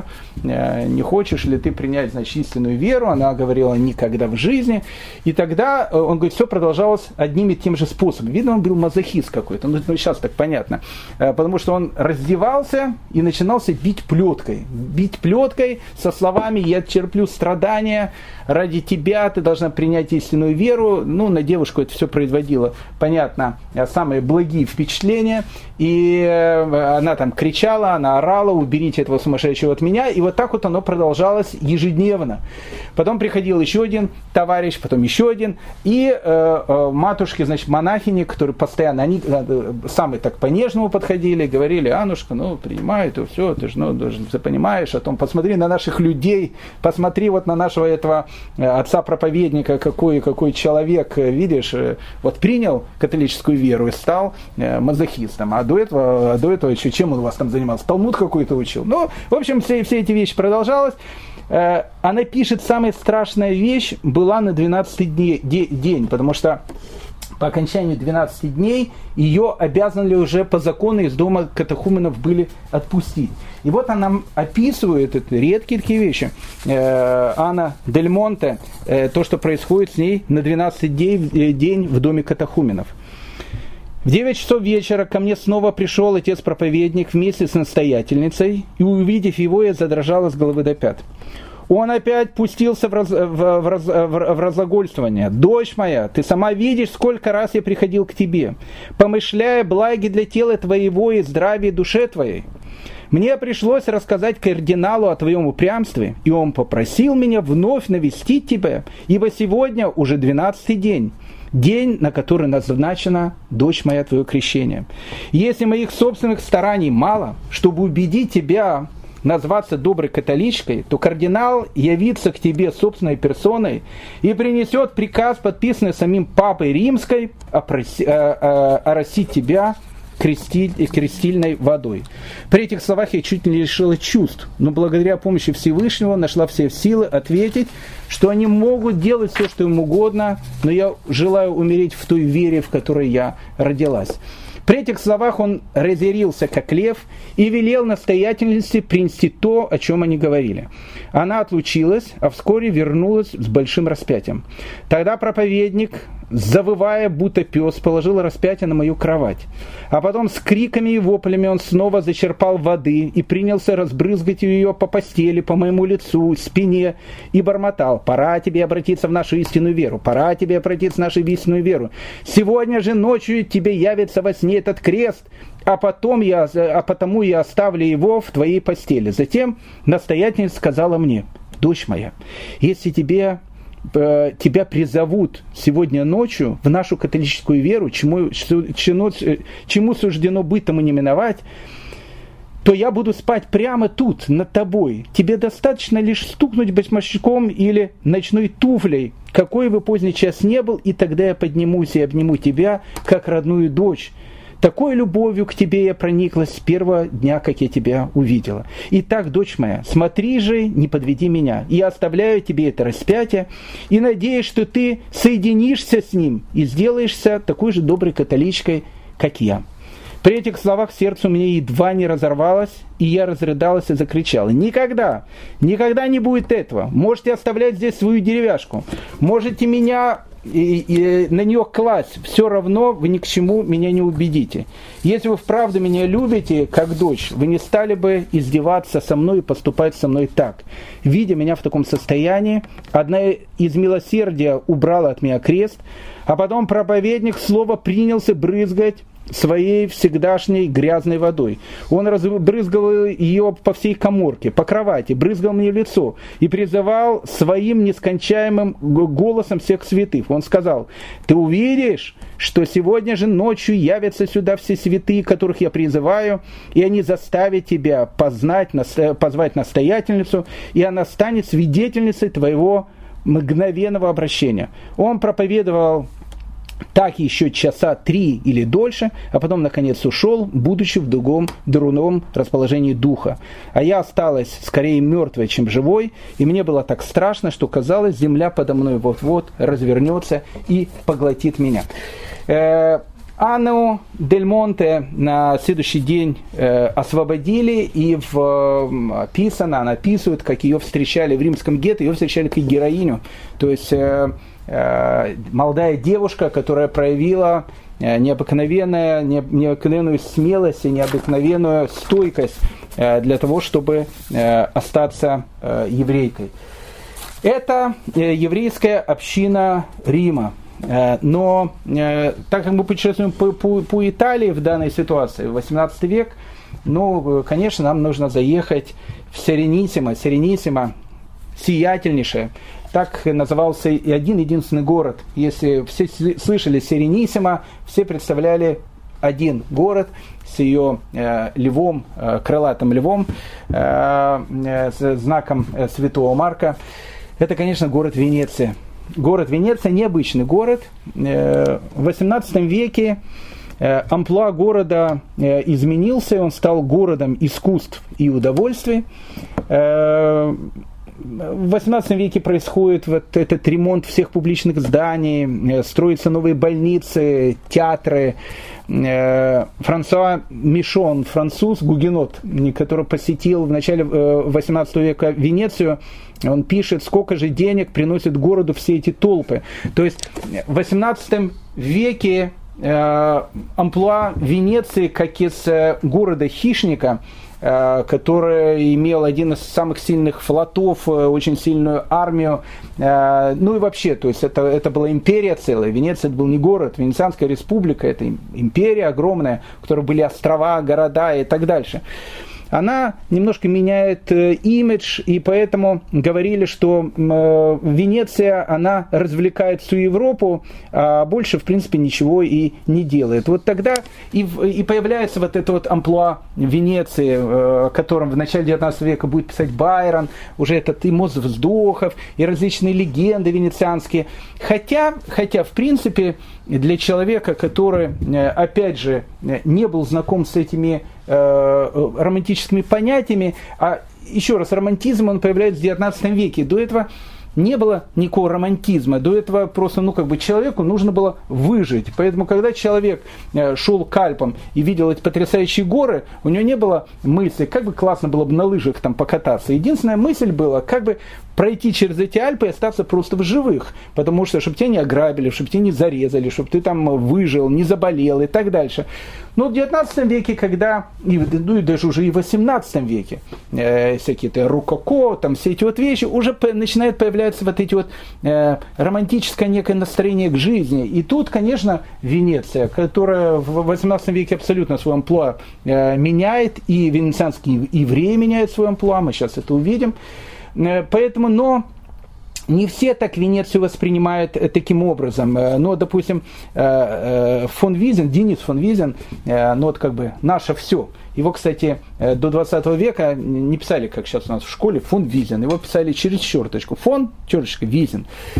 не хочешь ли ты принять, значит, истинную веру? Она говорила, никогда в жизни. И тогда, он говорит, все продолжалось одним и тем же способом. Видно, он был мазохист какой-то, ну, сейчас так понятно, потому что он раздевался и начинался бить плеткой. Бить плеткой со словами «я терплю страдания ради тебя, ты должна принять истинную веру». Ну, на девушку это все производило, понятно, самые благие впечатления. И она там кричала, она орала, уберите этого сумасшедшего от меня. И вот так вот оно продолжалось ежедневно. Потом приходил еще один товарищ, потом еще один. И э, э, матушки, значит, монахини, которые постоянно, они э, самые так по-нежному подходили, говорили, Аннушка, ну, принимай это все, ты же, ну, ты понимаешь, а потом посмотри на наших людей, посмотри вот на нашего этого отца-проповедника, какой, какой человек, видишь, вот принял католическую веру и стал э, мазохистом. А до этого, а до этого еще чем он у вас там занимался? Талмуд какой-то учил. Ну, в общем, все, все эти вещи продолжалось. Э, она пишет, самая страшная вещь была на двенадцатый дне, де, день, потому что по окончанию двенадцати дней ее обязаны уже по закону из дома катехуменов были отпустить. И вот она описывает это, редкие такие вещи. Э, Анна Дель Монте, э, то, что происходит с ней на двенадцатый день, э, день в доме катехуменов. В девять часов вечера ко мне снова пришел отец-проповедник вместе с настоятельницей, и, увидев его, я задрожала с головы до пят. Он опять пустился в, раз, в, в, раз, в разглагольствование. «Дочь моя, ты сама видишь, сколько раз я приходил к тебе, помышляя благи для тела твоего и здравия душе твоей. Мне пришлось рассказать кардиналу о твоем упрямстве, и он попросил меня вновь навестить тебя, ибо сегодня уже двенадцатый день». День, на который назначена, дочь моя, твое крещение. Если моих собственных стараний мало, чтобы убедить тебя назваться доброй католичкой, то кардинал явится к тебе собственной персоной и принесет приказ, подписанный самим Папой Римской, опроси, э, э, оросить тебя крестиль, крестильной водой. При этих словах я чуть не лишила чувств, но благодаря помощи Всевышнего нашла все силы ответить, что они могут делать все, что им угодно, но я желаю умереть в той вере, в которой я родилась. При этих словах он разъярился, как лев, и велел настоятельнице принести то, о чем они говорили. Она отлучилась, а вскоре вернулась с большим распятием. Тогда проповедник, завывая, будто пес, положил распятие на мою кровать. А потом с криками и воплями он снова зачерпал воды и принялся разбрызгать ее по постели, по моему лицу, спине, и бормотал: «Пора тебе обратиться в нашу истинную веру, пора тебе обратиться в нашу истинную веру. Сегодня же ночью тебе явится во сне этот крест, а, потом я, а потому я оставлю его в твоей постели». Затем настоятельница сказала мне: «Дочь моя, если тебе... тебя призовут сегодня ночью в нашу католическую веру, чему, чему, чему суждено быть, тому не миновать, то я буду спать прямо тут, над тобой. Тебе достаточно лишь стукнуть башмачком или ночной туфлей, какой бы поздний час не был, и тогда я поднимусь и обниму тебя, как родную дочь. Такой любовью к тебе я прониклась с первого дня, как я тебя увидела. Итак, дочь моя, смотри же, не подведи меня. Я оставляю тебе это распятие и надеюсь, что ты соединишься с ним и сделаешься такой же доброй католичкой, как я». При этих словах сердце у меня едва не разорвалось, и я разрыдалась и закричала: «Никогда, никогда не будет этого! Можете оставлять здесь свою деревяшку, можете меня и, и на нее класть, все равно вы ни к чему меня не убедите. Если вы вправду меня любите, как дочь, вы не стали бы издеваться со мной и поступать со мной так. Видя меня в таком состоянии, одна из милосердия убрала от меня крест, а потом проповедник слово принялся брызгать своей всегдашней грязной водой. Он разбрызгал ее по всей каморке, по кровати, брызгал мне в лицо и призывал своим нескончаемым голосом всех святых. Он сказал: «Ты увидишь, что сегодня же ночью явятся сюда все святые, которых я призываю, и они заставят тебя познать, позвать настоятельницу, и она станет свидетельницей твоего мгновенного обращения». Он проповедовал так еще часа три или дольше, а потом наконец ушел, будучи в другом дурном расположении духа. А я осталась скорее мертвой, чем живой, и мне было так страшно, что казалось, земля подо мной вот-вот развернется и поглотит меня. Э, Анну Дель Монте на следующий день э, освободили, и в, э, описано, она описывает, как ее встречали в римском гетто, ее встречали как героиню, то есть э, молодая девушка, которая проявила необыкновенную, необыкновенную смелость и необыкновенную стойкость для того, чтобы остаться еврейкой. Это еврейская община Рима. Но так как мы путешествуем по, по, по Италии в данной ситуации, восемнадцатый век, ну, конечно, нам нужно заехать в Серениссимо. Серениссимо сиятельнейшая. Так назывался и один единственный город. Если все слышали Серениссимо, все представляли один город с ее э, львом, э, крылатым львом, э, э, с знаком э, святого Марка. Это, конечно, город Венеция. Город Венеция необычный город. Э, в восемнадцатом веке э, амплуа города э, изменился, он стал городом искусств и удовольствий. Э, В восемнадцатом веке происходит вот этот ремонт всех публичных зданий, строятся новые больницы, театры. Франсуа Мишон, француз, гугенот, который посетил в начале восемнадцатого века Венецию, он пишет, сколько же денег приносит городу все эти толпы. То есть в восемнадцатом веке амплуа Венеции, как из города-хищника, который имел один из самых сильных флотов, очень сильную армию, ну и вообще, то есть это, это была империя целая. Венеция это был не город, Венецианская республика, это империя огромная, в которой были острова, города и так дальше. Она немножко меняет имидж, и поэтому говорили, что Венеция, она развлекает всю Европу, а больше, в принципе, ничего и не делает. Вот тогда и, и появляется вот это вот амплуа Венеции, о котором в начале девятнадцатого века будет писать Байрон, уже этот и мост вздохов, и различные легенды венецианские. Хотя, хотя, в принципе, для человека, который, опять же, не был знаком с этими э, романтическими понятиями, а еще раз, романтизм, он появляется в девятнадцатом веке. До этого не было никакого романтизма. До этого просто, ну, как бы человеку нужно было выжить. Поэтому, когда человек шел к Альпам и видел эти потрясающие горы, у него не было мысли, как бы классно было бы на лыжах там покататься. Единственная мысль была, как бы пройти через эти Альпы и остаться просто в живых. Потому что, чтобы тебя не ограбили, чтобы тебя не зарезали, чтобы ты там выжил, не заболел и так дальше. Но в девятнадцатом веке, когда, ну и даже уже и в восемнадцатом веке, э, всякие-то рококо, там все эти вот вещи, уже по, начинают появляться вот эти вот э, романтическое некое настроение к жизни. И тут, конечно, Венеция, которая в восемнадцатом веке абсолютно свой амплуа э, меняет, и венецианские евреи меняют свой амплуа, мы сейчас это увидим. Э, поэтому, но... Не все так Венецию воспринимают таким образом. Но, допустим, фон Визен, Денис фон Визен, ну вот как бы наше все. Его, кстати, до двадцатого века не писали, как сейчас у нас в школе, фон Визен. Его писали через черточку. Фон, черточка, Визен.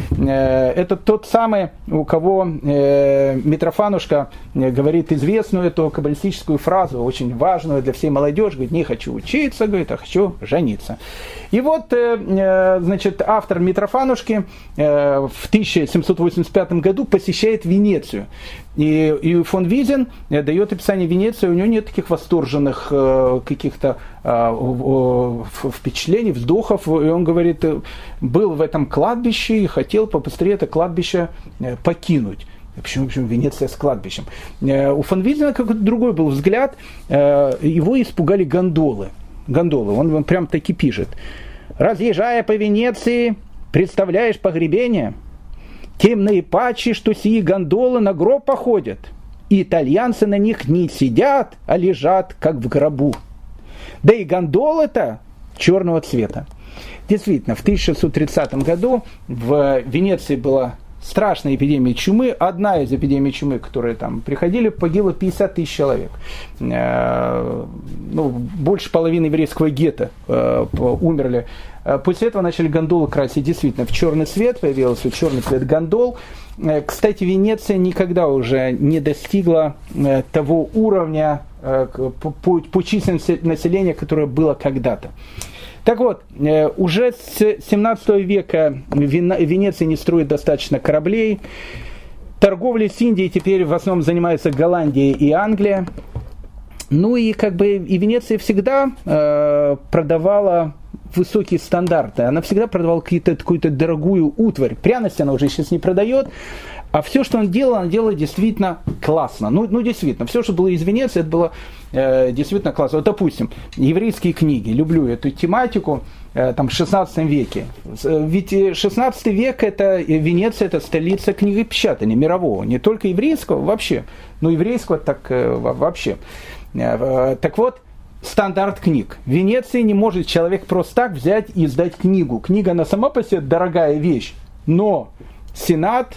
Это тот самый, у кого Митрофанушка говорит известную эту каббалистическую фразу, очень важную для всей молодежи. Говорит, не хочу учиться, говорит, а хочу жениться. И вот, значит, автор Митрофанушка Стефанушки в тысяча семьсот восемьдесят пятом году посещает Венецию. И, и фон Визин дает описание Венеции, у него нет таких восторженных каких-то впечатлений, вздохов. И он говорит, был в этом кладбище и хотел побыстрее это кладбище покинуть. Почему, почему Венеция с кладбищем? У фон Визина какой-то другой был взгляд. Его испугали гондолы. Гондолы. Он, он прям таки пишет. «Разъезжая по Венеции, представляешь погребение? Тем наипаче, что сии гондолы на гроб походят. И итальянцы на них не сидят, а лежат, как в гробу. Да и гондолы-то черного цвета». Действительно, в тысяча шестьсот тридцатом году в Венеции была страшная эпидемия чумы. Одна из эпидемий чумы, которые там приходили, погибло пятьдесят тысяч человек. Ну, больше половины еврейского гетто умерли. После этого начали гондолы красить действительно в черный цвет, появился черный цвет гондол. Кстати, Венеция никогда уже не достигла того уровня по, по численности населения, которое было когда-то. Так вот, уже с семнадцатого века Венеция не строит достаточно кораблей. Торговлей с Индией теперь в основном занимаются Голландия и Англия. Ну и как бы и Венеция всегда э, продавала высокие стандарты. Она всегда продавала какие-то, какую-то дорогую утварь. Пряности она уже сейчас не продает. А все, что он делал, он делал действительно классно. Ну, ну действительно, все, что было из Венеции, это было э, действительно классно. Вот, допустим, еврейские книги. Люблю эту тематику. Э, там, в шестнадцатом веке. Ведь шестнадцатый век, это Венеция, это столица книгопечатания мирового. Не только еврейского, вообще. Но еврейского так э, вообще. Э, так вот, стандарт книг. В Венеции не может человек просто так взять и издать книгу. Книга, она сама по себе дорогая вещь. Но Сенат,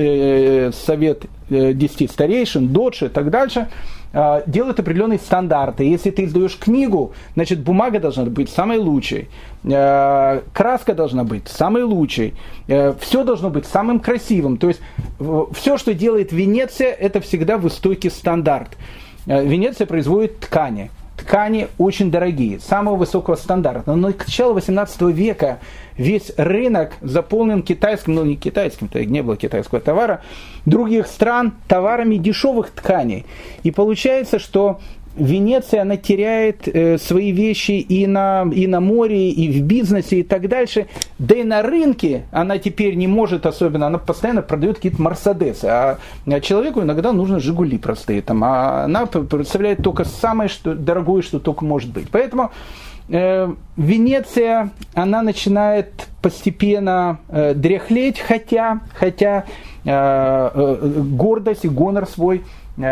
э, Совет э, десяти старейшин, Додж и так дальше э, делают определенные стандарты. Если ты издаешь книгу, значит бумага должна быть самой лучшей, э, краска должна быть самой лучшей, э, все должно быть самым красивым. То есть э, все, что делает Венеция, это всегда высокий стандарт. Э, Венеция производит ткани. Ткани очень дорогие, самого высокого стандарта. Но к началу восемнадцатого века весь рынок заполнен китайским, ну не китайским, то не было китайского товара, других стран товарами дешевых тканей. И получается, что Венеция, она теряет э, свои вещи и на, и на море, и в бизнесе, и так дальше. Да и на рынке она теперь не может особенно, она постоянно продает какие-то Мерседесы. А человеку иногда нужно Жигули простые. Там, а она представляет только самое что, дорогое, что только может быть. Поэтому э, Венеция, она начинает постепенно э, дряхлеть, хотя, хотя э, э, гордость и гонор свой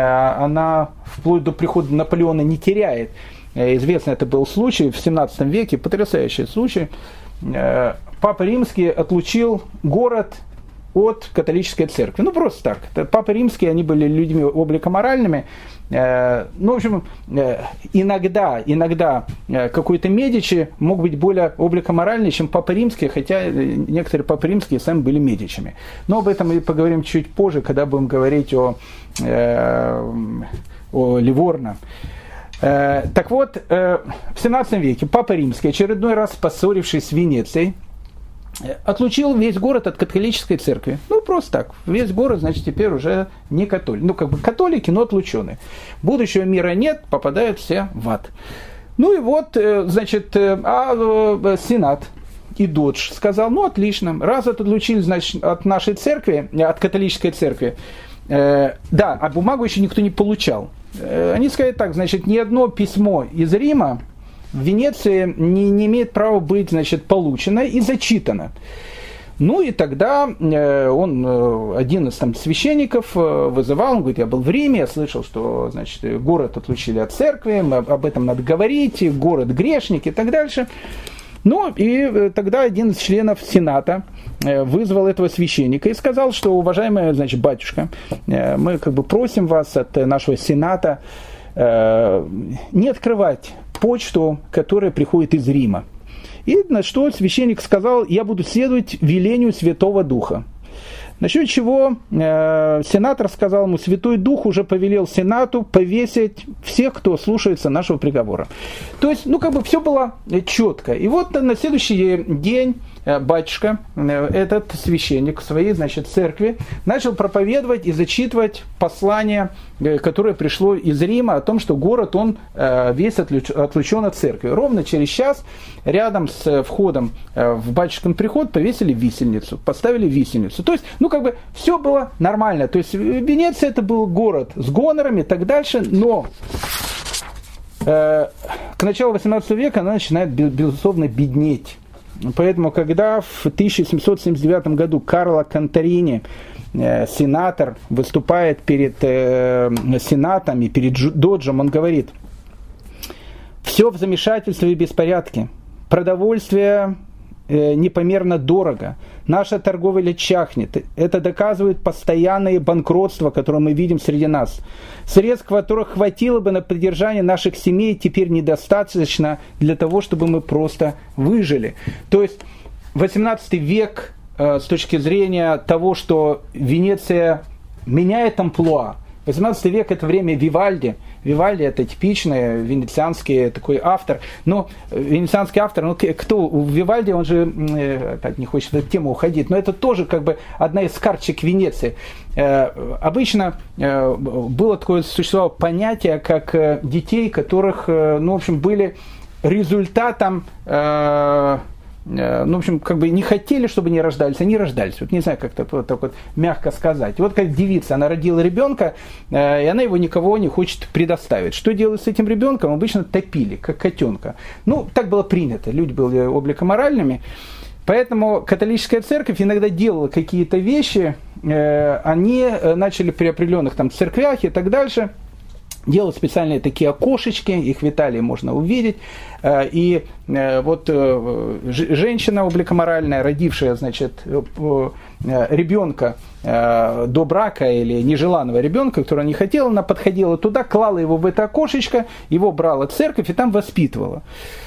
она вплоть до прихода Наполеона не теряет. Известно, это был случай в семнадцатом веке, потрясающий случай. Папа Римский отлучил город от католической церкви. Ну, просто так. Папы Римские, они были людьми обликоморальными. Ну, в общем, иногда, иногда какой-то Медичи мог быть более обликоморальный, чем Папа Римский, хотя некоторые Папы Римские сами были Медичами. Но об этом мы поговорим чуть позже, когда будем говорить о, о Ливорно. Так вот, в семнадцатом веке Папа Римский, очередной раз поссорившись с Венецией, отлучил весь город от католической церкви. Ну, просто так. Весь город, значит, теперь уже не католики. Ну, как бы католики, но отлученные. Будущего мира нет, попадают все в ад. Ну и вот, значит, а Сенат и Додж сказал, ну, отлично, раз отлучили, значит, от нашей церкви, от католической церкви, э, да, а бумагу еще никто не получал. Э, они сказали так, значит, ни одно письмо из Рима в Венеции не, не имеет права быть, значит, получено и зачитано. Ну и тогда э, он, э, один из там священников э, вызывал, он говорит, я был в Риме, я слышал, что, значит, город отлучили от церкви, об этом надо говорить, город грешник и так дальше. Ну и э, тогда один из членов Сената э, вызвал этого священника и сказал, что, уважаемый, значит, батюшка, э, мы как бы просим вас от нашего Сената э, не открывать почту, которая приходит из Рима. И на что священник сказал, я буду следовать велению Святого Духа. Насчет чего э, сенатор сказал ему, Святой Дух уже повелел Сенату повесить всех, кто слушается нашего приговора. То есть, ну, как бы все было четко. И вот на следующий день батюшка, этот священник в своей, значит, церкви, начал проповедовать и зачитывать послание, которое пришло из Рима, о том, что город, он весь отлучен от церкви. Ровно через час рядом с входом в батюшкин приход повесили висельницу, поставили висельницу. То есть, ну, как бы, все было нормально. То есть, Венеция это был город с гонорами и так дальше, но э, к началу восемнадцатого века она начинает, безусловно, беднеть. Поэтому, когда в тысяча семьсот семьдесят девятом году Карло Конторини, э, сенатор, выступает перед э, сенатом и перед доджем, он говорит: все в замешательстве и беспорядке, продовольствие э, непомерно дорого, наша торговля чахнет, это доказывает постоянные банкротства, которые мы видим среди нас. Средств, которых хватило бы на поддержание наших семей, теперь недостаточно для того, чтобы мы просто выжили. То есть восемнадцатый век э, с точки зрения того, что Венеция меняет амплуа. восемнадцатый век это время Вивальди. Вивальди это типичный венецианский такой автор. Но венецианский автор, ну кто? Вивальди, он же, опять не хочет в эту тему уходить, но это тоже как бы одна из карточек Венеции. Обычно было такое, существовало понятие, как детей, которых, ну, в общем, были результатом, ну, в общем, как бы не хотели, чтобы они рождались, они рождались. Вот не знаю, как это вот так вот мягко сказать. Вот как девица, она родила ребенка, и она его никого не хочет предоставить. Что делать с этим ребенком? Обычно топили, как котенка. Ну, так было принято. Люди были обликоморальными. Поэтому католическая церковь иногда делала какие-то вещи, они начали при определенных там церквях и так дальше делать специальные такие окошечки, их в Италии можно увидеть, и вот женщина обликоморальная, родившая, значит, ребенка до брака или нежеланного ребенка, которого она не хотела, она подходила туда, клала его в это окошечко, его брала церковь и там воспитывала.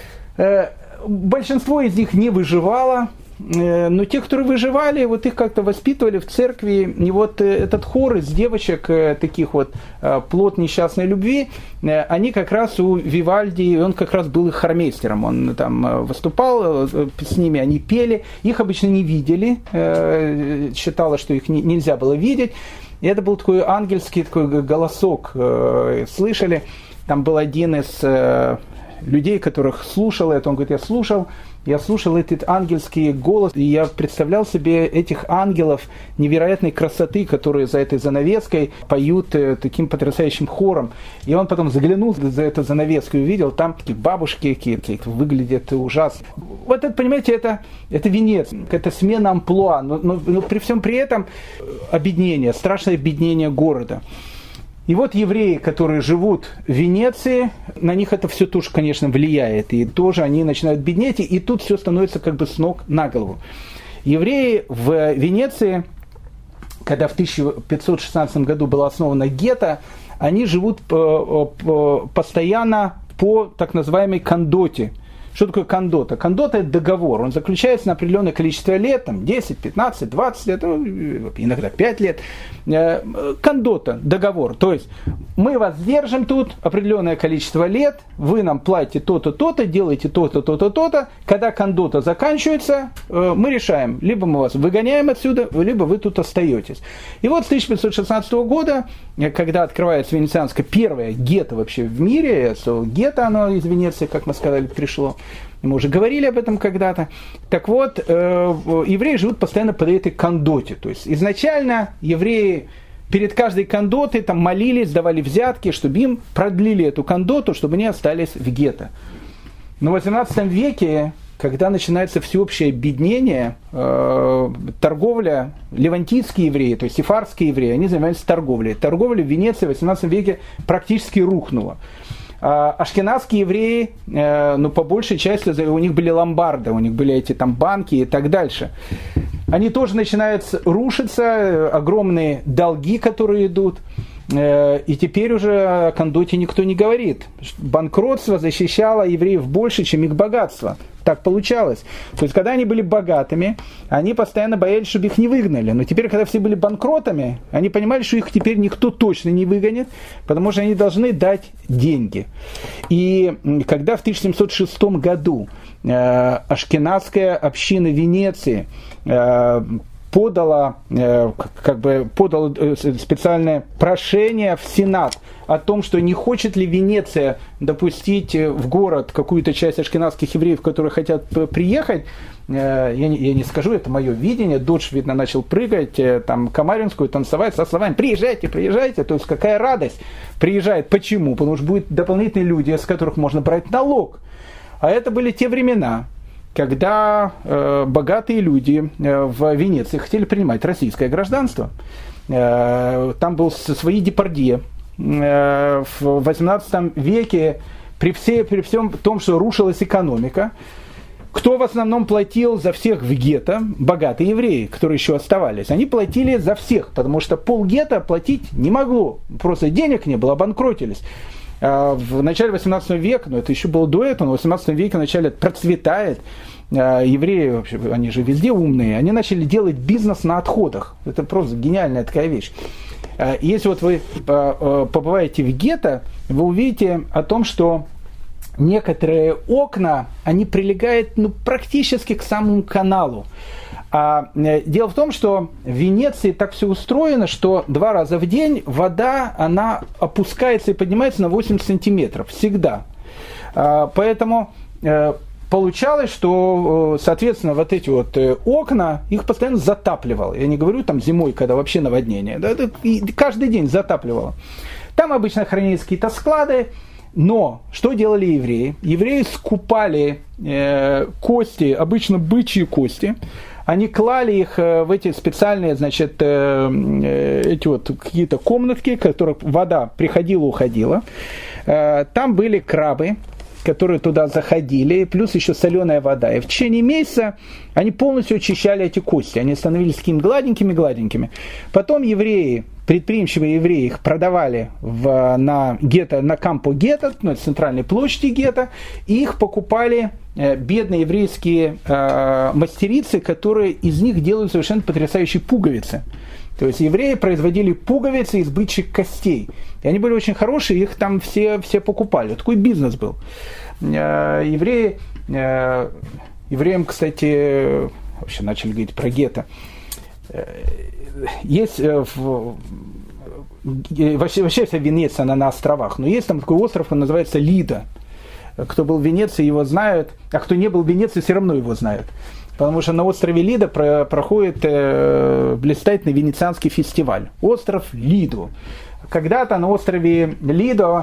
Большинство из них не выживало, но те, которые выживали, вот их как-то воспитывали в церкви. И вот этот хор из девочек, таких вот плод несчастной любви, они как раз у Вивальди, он как раз был их хормейстером. Он там выступал, с ними они пели, их обычно не видели, считалось, что их нельзя было видеть. И это был такой ангельский такой голосок, слышали. Там был один из людей, которых слушал это, он говорит: я слушал, я слушал этот ангельский голос, и я представлял себе этих ангелов невероятной красоты, которые за этой занавеской поют таким потрясающим хором. И он потом заглянул за эту занавеску и увидел, там такие бабушки какие-то, выглядят ужасно. Вот это, понимаете, это, это Венеция, это смена амплуа, но, но, но при всем при этом обеднение, страшное обеднение города. И вот евреи, которые живут в Венеции, на них это все тоже, конечно, влияет. И тоже они начинают беднеть, и тут все становится как бы с ног на голову. Евреи в Венеции, когда в тысяча пятьсот шестнадцатом году было основано гетто, они живут постоянно по так называемой кондоте. Что такое кондота? Кондота – это договор. Он заключается на определенное количество лет, там десять, пятнадцать, двадцать лет, иногда пять лет. Кондота – договор. То есть мы вас держим тут определенное количество лет, вы нам платите то-то, то-то, делаете то-то, то-то, то-то. Когда кондота заканчивается, мы решаем, либо мы вас выгоняем отсюда, либо вы тут остаетесь. И вот с тысяча пятьсот шестнадцатого года, когда открывается венецианское первое гетто вообще в мире, гетто оно из Венеции, как мы сказали, пришло. Мы уже говорили об этом когда-то. Так вот, э, евреи живут постоянно под этой кондоте. То есть изначально евреи перед каждой кондотой там молились, давали взятки, чтобы им продлили эту кондоту, чтобы они остались в гетто. Но в восемнадцатом веке, когда начинается всеобщее обеднение, э, торговля, левантийские евреи, то есть сефардские евреи, они занимаются торговлей. Торговля в Венеции в восемнадцатом веке практически рухнула. Ашкеназские евреи, ну, по большей части, у них были ломбарды, у них были эти там банки и так дальше. Они тоже начинают рушиться, огромные долги, которые идут. и теперь уже о кондоте никто не говорит. Банкротство защищало евреев больше, чем их богатство. Так получалось. То есть, когда они были богатыми, они постоянно боялись, чтобы их не выгнали. Но теперь, когда все были банкротами, они понимали, что их теперь никто точно не выгонит, потому что они должны дать деньги. И когда в тысяча семьсот шестом году э, ашкеназская община Венеции э, подала, э, как бы подала специальное прошение в Сенат о том, что не хочет ли Венеция допустить в город какую-то часть ашкеназских евреев, которые хотят приехать. Э, я, не, я не скажу, это мое видение. Додж, видно, начал прыгать, э, там, Камаринскую танцевать со словами «приезжайте, приезжайте». То есть какая радость приезжает. Почему? Потому что будут дополнительные люди, с которых можно брать налог. А это были те времена, когда э, богатые люди э, в Венеции хотели принимать российское гражданство. Э, там был свои Депардье. Э, в восемнадцатом веке, при, все, при всем том, что рушилась экономика, кто в основном платил за всех в гетто? Богатые евреи, которые еще оставались. Они платили за всех, потому что полгетто платить не могло. Просто денег не было, обанкротились. В начале восемнадцатого века, но это еще было до этого, но в восемнадцатом веке в начале процветает. Евреи, вообще, они же везде умные, они начали делать бизнес на отходах. Это просто гениальная такая вещь. Если вот вы побываете в гетто, вы увидите о том, что некоторые окна, они прилегают ну, практически к самому каналу. А дело в том, что в Венеции так все устроено, что два раза в день вода, она опускается и поднимается на восемьдесят сантиметров. Всегда. А, поэтому э, получалось, что, соответственно, вот эти вот окна, их постоянно затапливало. Я не говорю там зимой, когда вообще наводнение. Да, это каждый день затапливало. Там обычно хранились какие-то склады. Но что делали евреи? Евреи скупали э, кости, обычно бычьи кости. Они клали их в эти специальные, значит, эти вот какие-то комнатки, в которых вода приходила, уходила. Там были крабы, которые туда заходили, плюс еще соленая вода. И в течение месяца они полностью очищали эти кости. Они становились такими гладенькими-гладенькими. Потом евреи, предприимчивые евреи, их продавали в, на гетто, на кампо гетто, на центральной площади гетто, и их покупали э, бедные еврейские э, мастерицы, которые из них делают совершенно потрясающие пуговицы. То есть евреи производили пуговицы из бычьих костей. И они были очень хорошие, их там все, все покупали. Такой бизнес был. Э, евреи, э, евреям, кстати, вообще начали говорить про гетто. Есть в, вообще, вообще вся Венеция, она на островах, но есть там такой остров, он называется Лидо. Кто был в Венеции, его знают, а кто не был в Венеции, все равно его знают. Потому что на острове Лидо про, проходит э, блистательный венецианский фестиваль. Остров Лидо. Когда-то на острове Лидо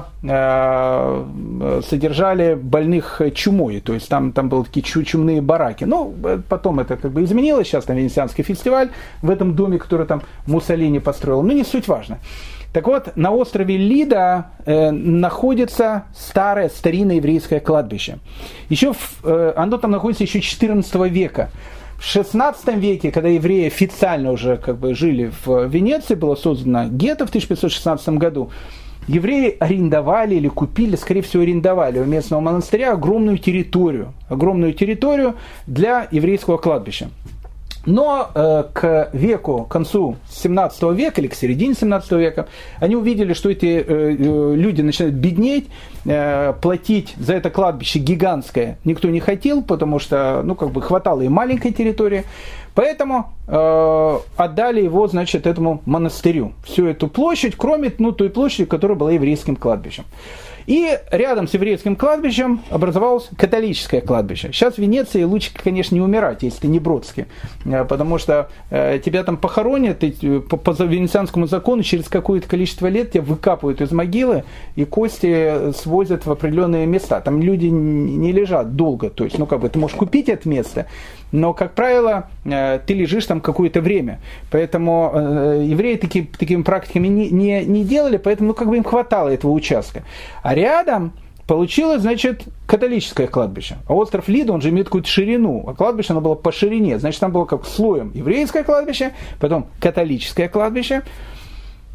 э, содержали больных чумой, то есть там, там были такие чумные бараки. Ну, потом это как бы изменилось, сейчас там венецианский фестиваль в этом доме, который там Муссолини построил, но не суть важно. Так вот, на острове Лидо э, находится старое, старинное еврейское кладбище. Еще в, э, оно там находится еще четырнадцатого века. В шестнадцатом веке, когда евреи официально уже как бы жили в Венеции, было создано гетто в тысяча пятьсот шестнадцатом году, евреи арендовали или купили, скорее всего, арендовали у местного монастыря огромную территорию, огромную территорию для еврейского кладбища. Но э, к веку, к концу семнадцатого века или к середине семнадцатого века они увидели, что эти э, люди начинают беднеть, э, платить за это кладбище гигантское никто не хотел, потому что ну, как бы хватало и маленькой территории. Поэтому э, отдали его, значит, этому монастырю. Всю эту площадь, кроме ну, той площади, которая была еврейским кладбищем. И рядом с еврейским кладбищем образовалось католическое кладбище. Сейчас в Венеции лучше, конечно, не умирать, если ты не Бродский, потому что э, тебя там похоронят, и по, по венецианскому закону через какое-то количество лет тебя выкапывают из могилы и кости свозят в определенные места. Там люди не лежат долго, то есть, ну как бы ты можешь купить это место, но, как правило, э, ты лежишь там какое-то время. Поэтому э, евреи таки, такими практиками не, не, не делали, поэтому ну, как бы им хватало этого участка. А рядом получилось, значит, католическое кладбище. А остров Лидо, он же имеет какую-то ширину, а кладбище, оно было по ширине. Значит, там было как слоем еврейское кладбище, потом католическое кладбище.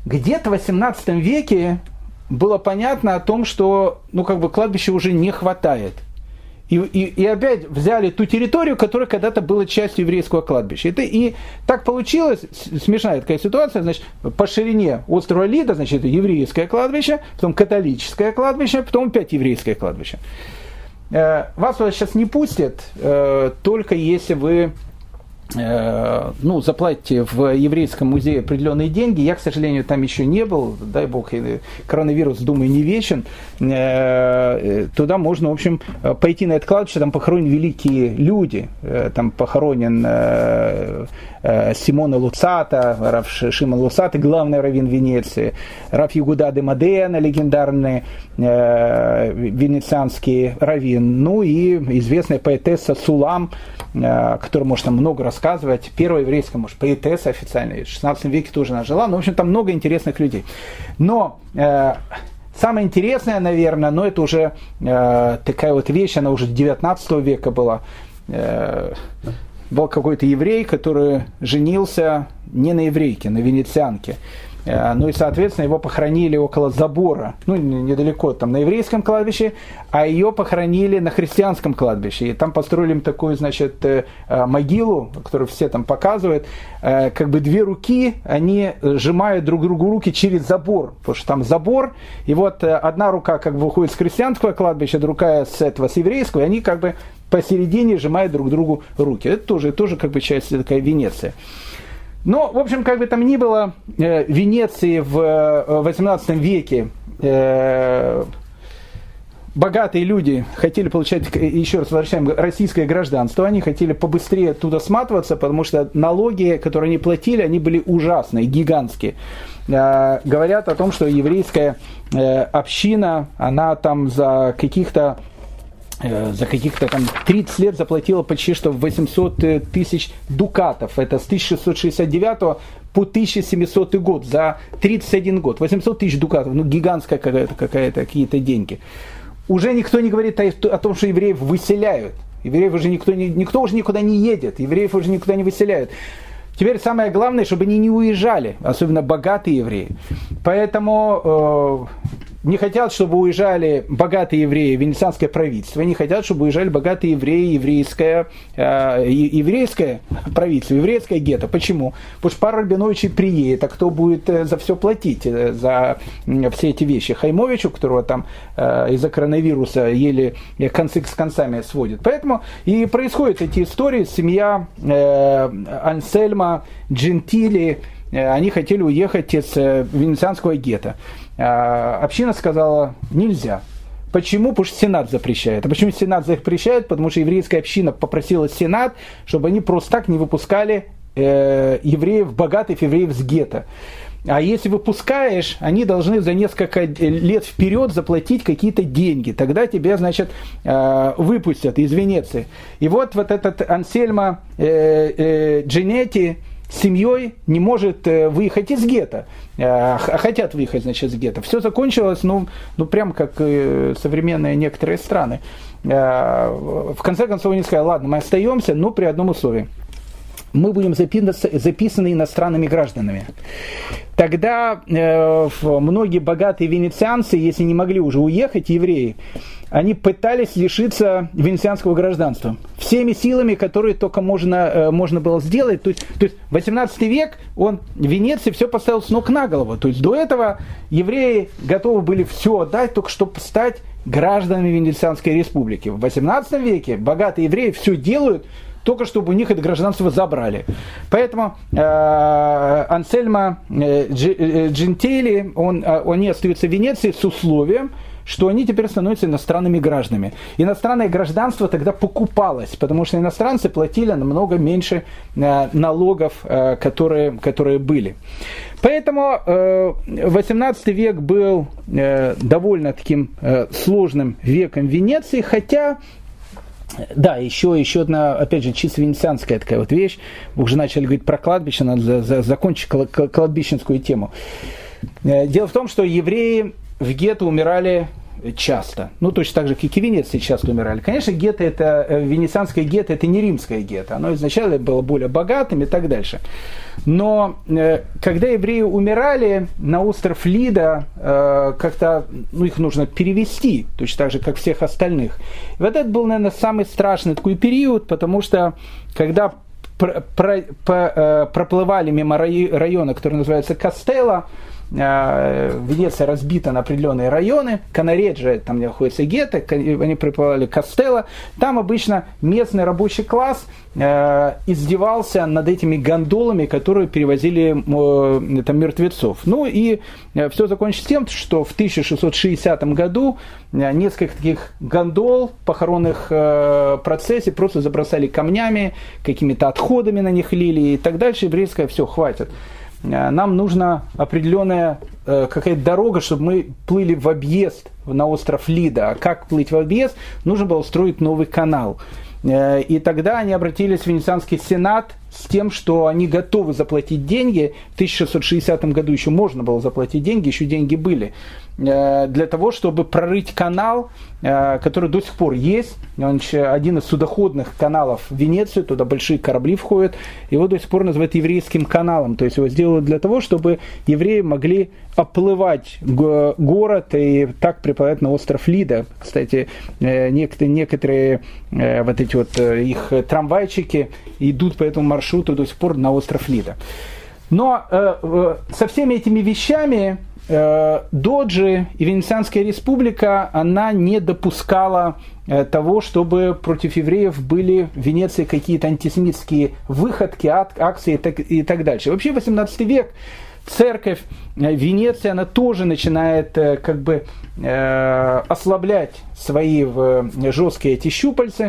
где-то в восемнадцатом веке было понятно о том, что ну, как бы кладбища уже не хватает. И, и, и опять взяли ту территорию, которая когда-то была частью еврейского кладбища. Это, и так получилось, смешная такая ситуация, значит, по ширине острова Лида, значит, это еврейское кладбище, потом католическое кладбище, потом опять еврейское кладбище. Вас сейчас не пустят, только если вы ну, заплатите в еврейском музее определенные деньги. Я, к сожалению, там еще не был. Дай бог, коронавирус, думаю, не вечен. Туда можно, в общем, пойти на это кладбище. Там похоронены великие люди. Там похоронен Симона Луцата, Рав Шимон Луцата, главный раввин Венеции, Рав Ягуда де Модена, легендарный венецианский раввин. Ну и известная поэтесса Сулам, которая, может, там много рассказывать. Первая еврейская, может, поэтесса официальная, в шестнадцатом веке тоже она жила. Ну, в общем, там много интересных людей. Но э, самое интересное, наверное, но это уже э, такая вот вещь, она уже девятнадцатого века была. Э, был какой-то еврей, который женился не на еврейке, на венецианке. Ну и, соответственно, его похоронили около забора, ну, недалеко, там, на еврейском кладбище, а ее похоронили на христианском кладбище. И там построили им такую, значит, могилу, которую все там показывают, как бы две руки, они сжимают друг другу руки через забор, потому что там забор, и вот одна рука как бы выходит с христианского кладбища, другая с этого, с еврейского, и они как бы посередине сжимают друг другу руки. Это тоже, тоже как бы часть такая Венеция. Но, в общем, как бы там ни было, э, Венеции в восемнадцатом веке э, богатые люди хотели получать, еще раз возвращаем, российское гражданство, они хотели побыстрее оттуда сматываться, потому что налоги, которые они платили, они были ужасные, гигантские. Э, говорят о том, что еврейская э, община, она там за каких-то за каких-то там тридцать лет заплатила почти что восемьсот тысяч дукатов. Это с тысяча шестьсот шестьдесят девятого по тысяча семисотый год, за тридцать один год. восемьсот тысяч дукатов, ну гигантская какая-то, какая-то, какие-то деньги. Уже никто не говорит о, о том, что евреев выселяют. Евреев уже никто, никто уже никуда не едет, евреев уже никуда не выселяют. Теперь самое главное, чтобы они не уезжали, особенно богатые евреи. Поэтому э, не хотят, чтобы уезжали богатые евреи, венецианское правительство, не хотят, чтобы уезжали богатые евреи, еврейское, э, еврейское правительство, еврейское гетто. Почему? Потому что пара Рабиновичей приедет, а кто будет за все платить, за все эти вещи? Хаймовичу, которого там э, из-за коронавируса еле концы с концами сводит. Поэтому и происходят эти истории. Семья э, Ансельма Джентили, они хотели уехать из венецианского гетто. Община сказала, нельзя. Почему? Потому что Сенат запрещает. А почему Сенат запрещает? Потому что еврейская община попросила Сенат, чтобы они просто так не выпускали э, евреев, богатых евреев с гетто. А если выпускаешь, они должны за несколько лет вперед заплатить какие-то деньги. Тогда тебя, значит, выпустят из Венеции. И вот, вот этот Ансельма Джинетти с семьей не может выехать из гетто. А хотят выехать, значит, из гетто. Все закончилось, ну, ну прям как современные некоторые страны. В конце концов они сказали, ладно, мы остаемся, но при одном условии. Мы будем записаны иностранными гражданами. Тогда э, многие богатые венецианцы, если не могли уже уехать, евреи, они пытались лишиться венецианского гражданства. Всеми силами, которые только можно, э, можно было сделать. То есть, то есть восемнадцатый век, он в Венеции все поставил с ног на голову. То есть до этого евреи готовы были все отдать, только чтобы стать гражданами Венецианской республики. В восемнадцатом веке богатые евреи все делают, только чтобы у них это гражданство забрали. Поэтому э, Ансельма э, Джентили, он, они остаются в Венеции с условием, что они теперь становятся иностранными гражданами. Иностранное гражданство тогда покупалось, потому что иностранцы платили намного меньше э, налогов, э, которые, которые были. Поэтому э, восемнадцатый век был э, довольно таким э, сложным веком Венеции, хотя... Да, еще, еще одна, опять же, чисто венецианская такая вот вещь. Вы уже начали говорить про кладбище, надо за, за, закончить кладбищенскую тему. Дело в том, что евреи в гетто умирали часто. Ну, точно так же, как и Венеции часто умирали. Конечно, гетто это, венецианское гетто это не римское гетто. Оно изначально было более богатым и так дальше. Но когда евреи умирали, на остров Лида как-то, ну, их нужно перевести, точно так же, как всех остальных. И вот это был, наверное, самый страшный такой период, потому что когда проплывали мимо района, который называется Кастелло, Венеция разбита на определенные районы, Канареджо, там где находится гетто, они приплывали к Кастелло, там обычно местный рабочий класс э, издевался над этими гондолами, которые перевозили э, там, мертвецов. Ну и э, все закончилось тем, что в тысяча шестьсот шестидесятом году э, несколько таких гондол похоронных э, процессий просто забросали камнями, какими-то отходами на них лили и так дальше. Еврейское все, хватит. Нам нужна определенная э, какая-то дорога, чтобы мы плыли в объезд на остров Лида. А как плыть в объезд? Нужно было строить новый канал. Э, и тогда они обратились в Венецианский сенат с тем, что они готовы заплатить деньги. В тысяча шестьсот шестидесятом году еще можно было заплатить деньги, еще деньги были. Э, для того, чтобы прорыть канал, э, который до сих пор есть. Он один из судоходных каналов в Венецию, туда большие корабли входят. Его до сих пор называют еврейским каналом. То есть его сделали для того, чтобы евреи могли оплывать город и так приплывать на остров Лида. Кстати, некоторые, некоторые вот эти вот их трамвайчики идут по этому маршруту до сих пор на остров Лида. Но со всеми этими вещами Доджи и Венецианская республика, она не допускала того, чтобы против евреев были в Венеции какие-то антисемитские выходки, акции и так, и так дальше. Вообще восемнадцатый век, церковь Венеции, она тоже начинает как бы ослаблять свои жесткие эти щупальцы.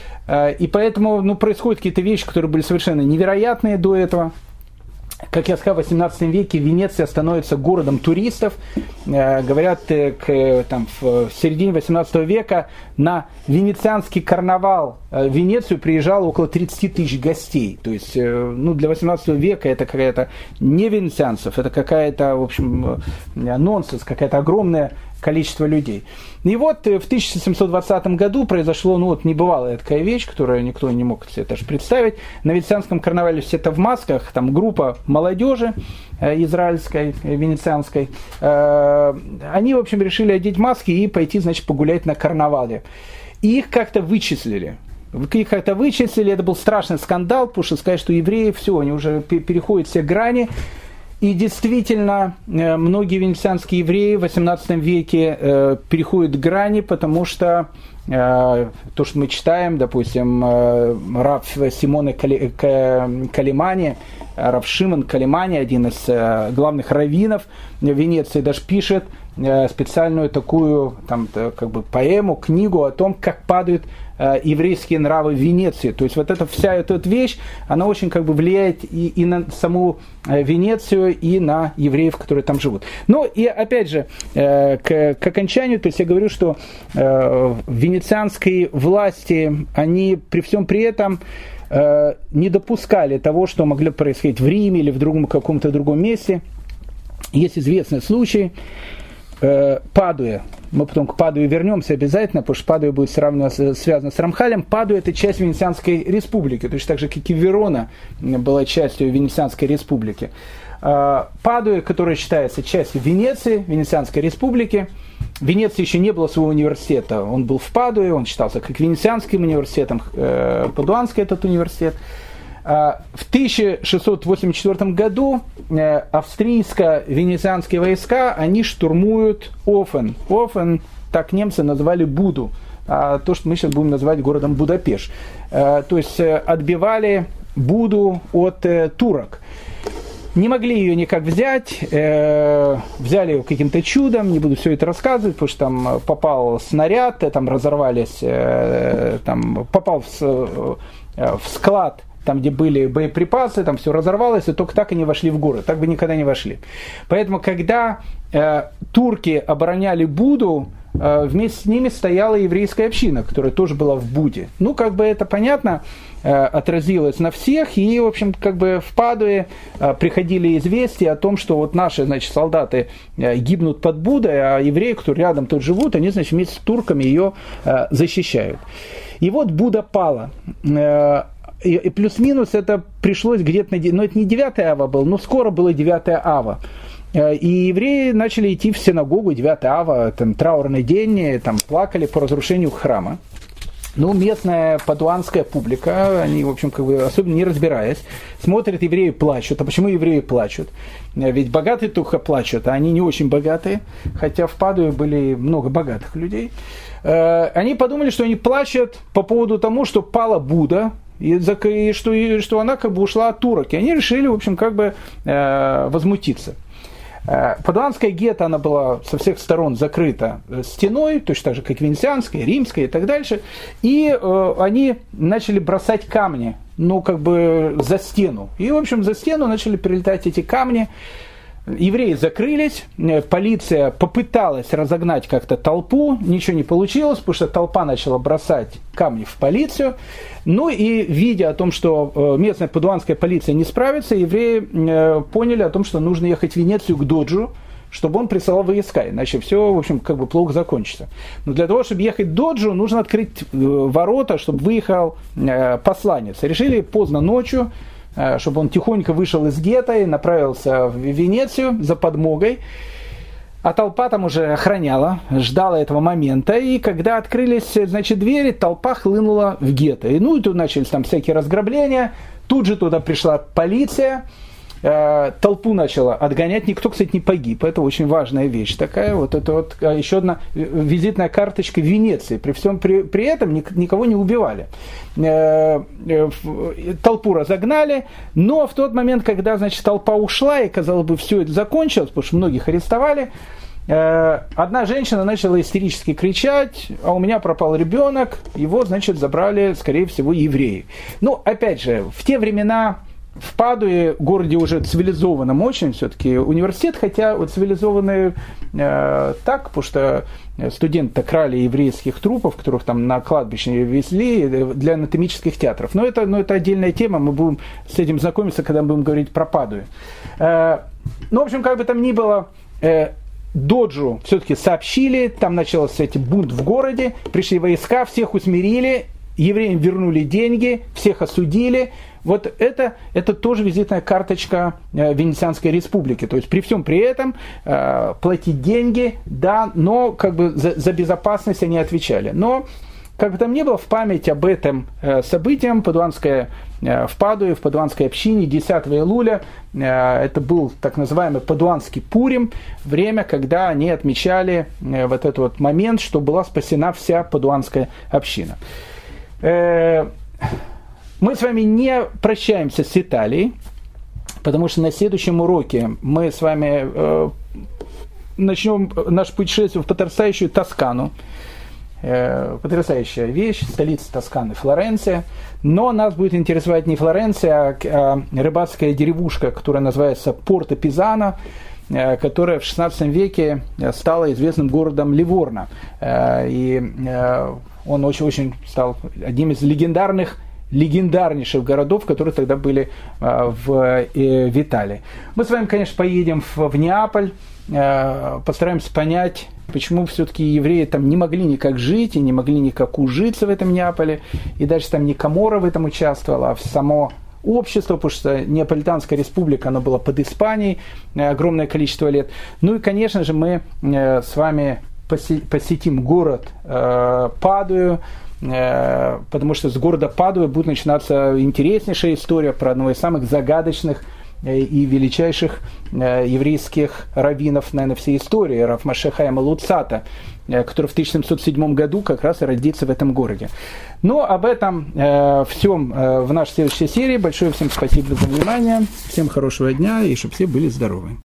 И поэтому ну, происходят какие-то вещи, которые были совершенно невероятные до этого. Как я сказал, в восемнадцатом веке Венеция становится городом туристов. Э, говорят, э, к, там, в середине восемнадцатого века на венецианский карнавал э, в Венецию приезжало около тридцать тысяч гостей. То есть, э, ну, для восемнадцатого века это какая-то не венецианцев, это какая-то, в общем, э, нонсенс, какая-то огромная количество людей. И вот в тысяча семьсот двадцатом году произошло, ну вот небывалая такая вещь, которую никто не мог себе даже представить. На венецианском карнавале все это в масках, там группа молодежи э, израильской, э, венецианской. Э, они, в общем, решили одеть маски и пойти, значит, погулять на карнавале. И их как-то вычислили. Их как-то вычислили, это был страшный скандал, потому что сказать, что евреи, все, они уже переходят все грани. И действительно, многие венецианские евреи в восемнадцатом веке э, переходят грани, потому что э, то, что мы читаем, допустим, э, рав Симоне Кали, Калимани, рав Шимон Калимани, один из э, главных раввинов Венеции, даже пишет э, специальную такую там, как бы поэму, книгу о том, как падают еврейские нравы в Венеции. То есть вот эта вся эта вещь, она очень как бы влияет и, и на саму Венецию, и на евреев, которые там живут. Ну и опять же, к, к окончанию, то есть я говорю, что венецианские власти, они при всем при этом не допускали того, что могло происходить в Риме или в другом каком-то другом месте. Есть известный случай, Падуя. Мы потом к Падуе вернемся обязательно, потому что Падуя будет сравниваться, связано с Рамхалем. Падуя – это часть Венецианской республики, точно так же, как и Верона была частью Венецианской республики. Падуя, которая считается частью Венеции, Венецианской республики. В Венеции еще не было своего университета. Он был в Падуе, он считался как Венецианским университетом, Падуанский этот университет. В тысяча шестьсот восемьдесят четвёртом году австрийско-венецианские войска, они штурмуют Офен. Офен, так немцы назвали Буду, а то, что мы сейчас будем называть городом Будапешт. То есть отбивали Буду от турок. Не могли ее никак взять, э, взяли ее каким-то чудом, не буду все это рассказывать, потому что там попал снаряд, там разорвались, э, там попал в, э, в склад, там, где были боеприпасы, там все разорвалось, и только так они вошли в город, так бы никогда не вошли. Поэтому, когда э, турки обороняли Буду, вместе с ними стояла еврейская община, которая тоже была в Буде. Ну, как бы это понятно, отразилось на всех, и, в общем, как бы в Падуе приходили известия о том, что вот наши, значит, солдаты гибнут под Будой, а евреи, которые рядом тут живут, они, значит, вместе с турками ее защищают. И вот Буда пала. И, и плюс-минус это пришлось где-то на... Ну, это не девятое ава был, но скоро было девятое ава. И евреи начали идти в синагогу, девятое ава, там, траурный день, там, плакали по разрушению храма. Ну, местная падуанская публика, они, в общем, как бы, особенно не разбираясь, смотрят, евреи плачут. А почему евреи плачут? Ведь богатые только плачут, а они не очень богатые, хотя в Падуе были много богатых людей. Они подумали, что они плачут по поводу того, что пала Буда, и, и, что, и что она как бы ушла от турок. И они решили, в общем, как бы э, возмутиться. Падуанская гетто, она была со всех сторон закрыта стеной, точно так же, как венецианская, римская и так дальше. И э, они начали бросать камни, ну, как бы за стену. И, в общем, за стену начали прилетать эти камни. Евреи закрылись, полиция попыталась разогнать как-то толпу, ничего не получилось, потому что толпа начала бросать камни в полицию. Ну и видя о том, что местная падуанская полиция не справится, евреи поняли о том, что нужно ехать в Венецию к Доджу, чтобы он присылал войска, иначе все, в общем, как бы плохо закончится. Но для того, чтобы ехать к Доджу, нужно открыть ворота, чтобы выехал посланец. Решили поздно ночью, чтобы он тихонько вышел из гетто и направился в Венецию за подмогой. А толпа там уже охраняла, ждала этого момента. И когда открылись, значит, двери, толпа хлынула в гетто. И ну и тут начались там всякие разграбления. Тут же туда пришла полиция. Толпу начала отгонять. Никто, кстати, не погиб. Это очень важная вещь такая. Вот это вот еще одна визитная карточка Венеции. При всем при, при этом никого не убивали. Толпу разогнали. Но в тот момент, когда, значит, толпа ушла, и, казалось бы, все это закончилось, потому что многих арестовали, одна женщина начала истерически кричать: а у меня пропал ребенок, его, значит, забрали, скорее всего, евреи. Ну, опять же, в те времена в Падуе, городе уже цивилизованном очень все-таки университет, хотя вот цивилизованный э, так, потому что студенты крали еврейских трупов, которых там на кладбище везли для анатомических театров. Но это, но это отдельная тема, мы будем с этим знакомиться, когда мы будем говорить про Падую. Э, ну, в общем, как бы там ни было, э, Доджу все-таки сообщили, там начался эти бунт в городе, пришли войска, всех усмирили, евреям вернули деньги, всех осудили. Вот это, это тоже визитная карточка э, Венецианской республики. То есть при всем при этом э, платить деньги, да, но как бы за, за безопасность они отвечали. Но как бы там ни было, в память об этом э, событии Падуанская, э, в Падуе, в Падуанской общине десятого июля, э, это был так называемый Падуанский Пурим, время, когда они отмечали э, вот этот вот момент, что была спасена вся Падуанская община. Э, Мы с вами не прощаемся с Италией, потому что на следующем уроке мы с вами э, начнем наше путешествие в потрясающую Тоскану. Э, потрясающая вещь, столица Тосканы, Флоренция. Но нас будет интересовать не Флоренция, а, а рыбацкая деревушка, которая называется Порто Пизано, э, которая в шестнадцатом веке стала известным городом Ливорно. Э, и э, он очень-очень стал одним из легендарных легендарнейших городов, которые тогда были э, в, э, в Италии. Мы с вами, конечно, поедем в, в Неаполь, э, постараемся понять, почему все-таки евреи там не могли никак жить и не могли никак ужиться в этом Неаполе, и даже там не Каморра в этом участвовала, а само общество, потому что Неаполитанская республика, она была под Испанией э, огромное количество лет. Ну и, конечно же, мы э, с вами посетим город э, Падую, потому что с города Падуи будет начинаться интереснейшая история про одного из самых загадочных и величайших еврейских раввинов, наверное, всей истории, Рав Моше Хаима Луцата, который в тысяча семьсот седьмом году как раз и родится в этом городе. Но об этом э, всем э, в нашей следующей серии. Большое всем спасибо за внимание, всем хорошего дня и чтобы все были здоровы.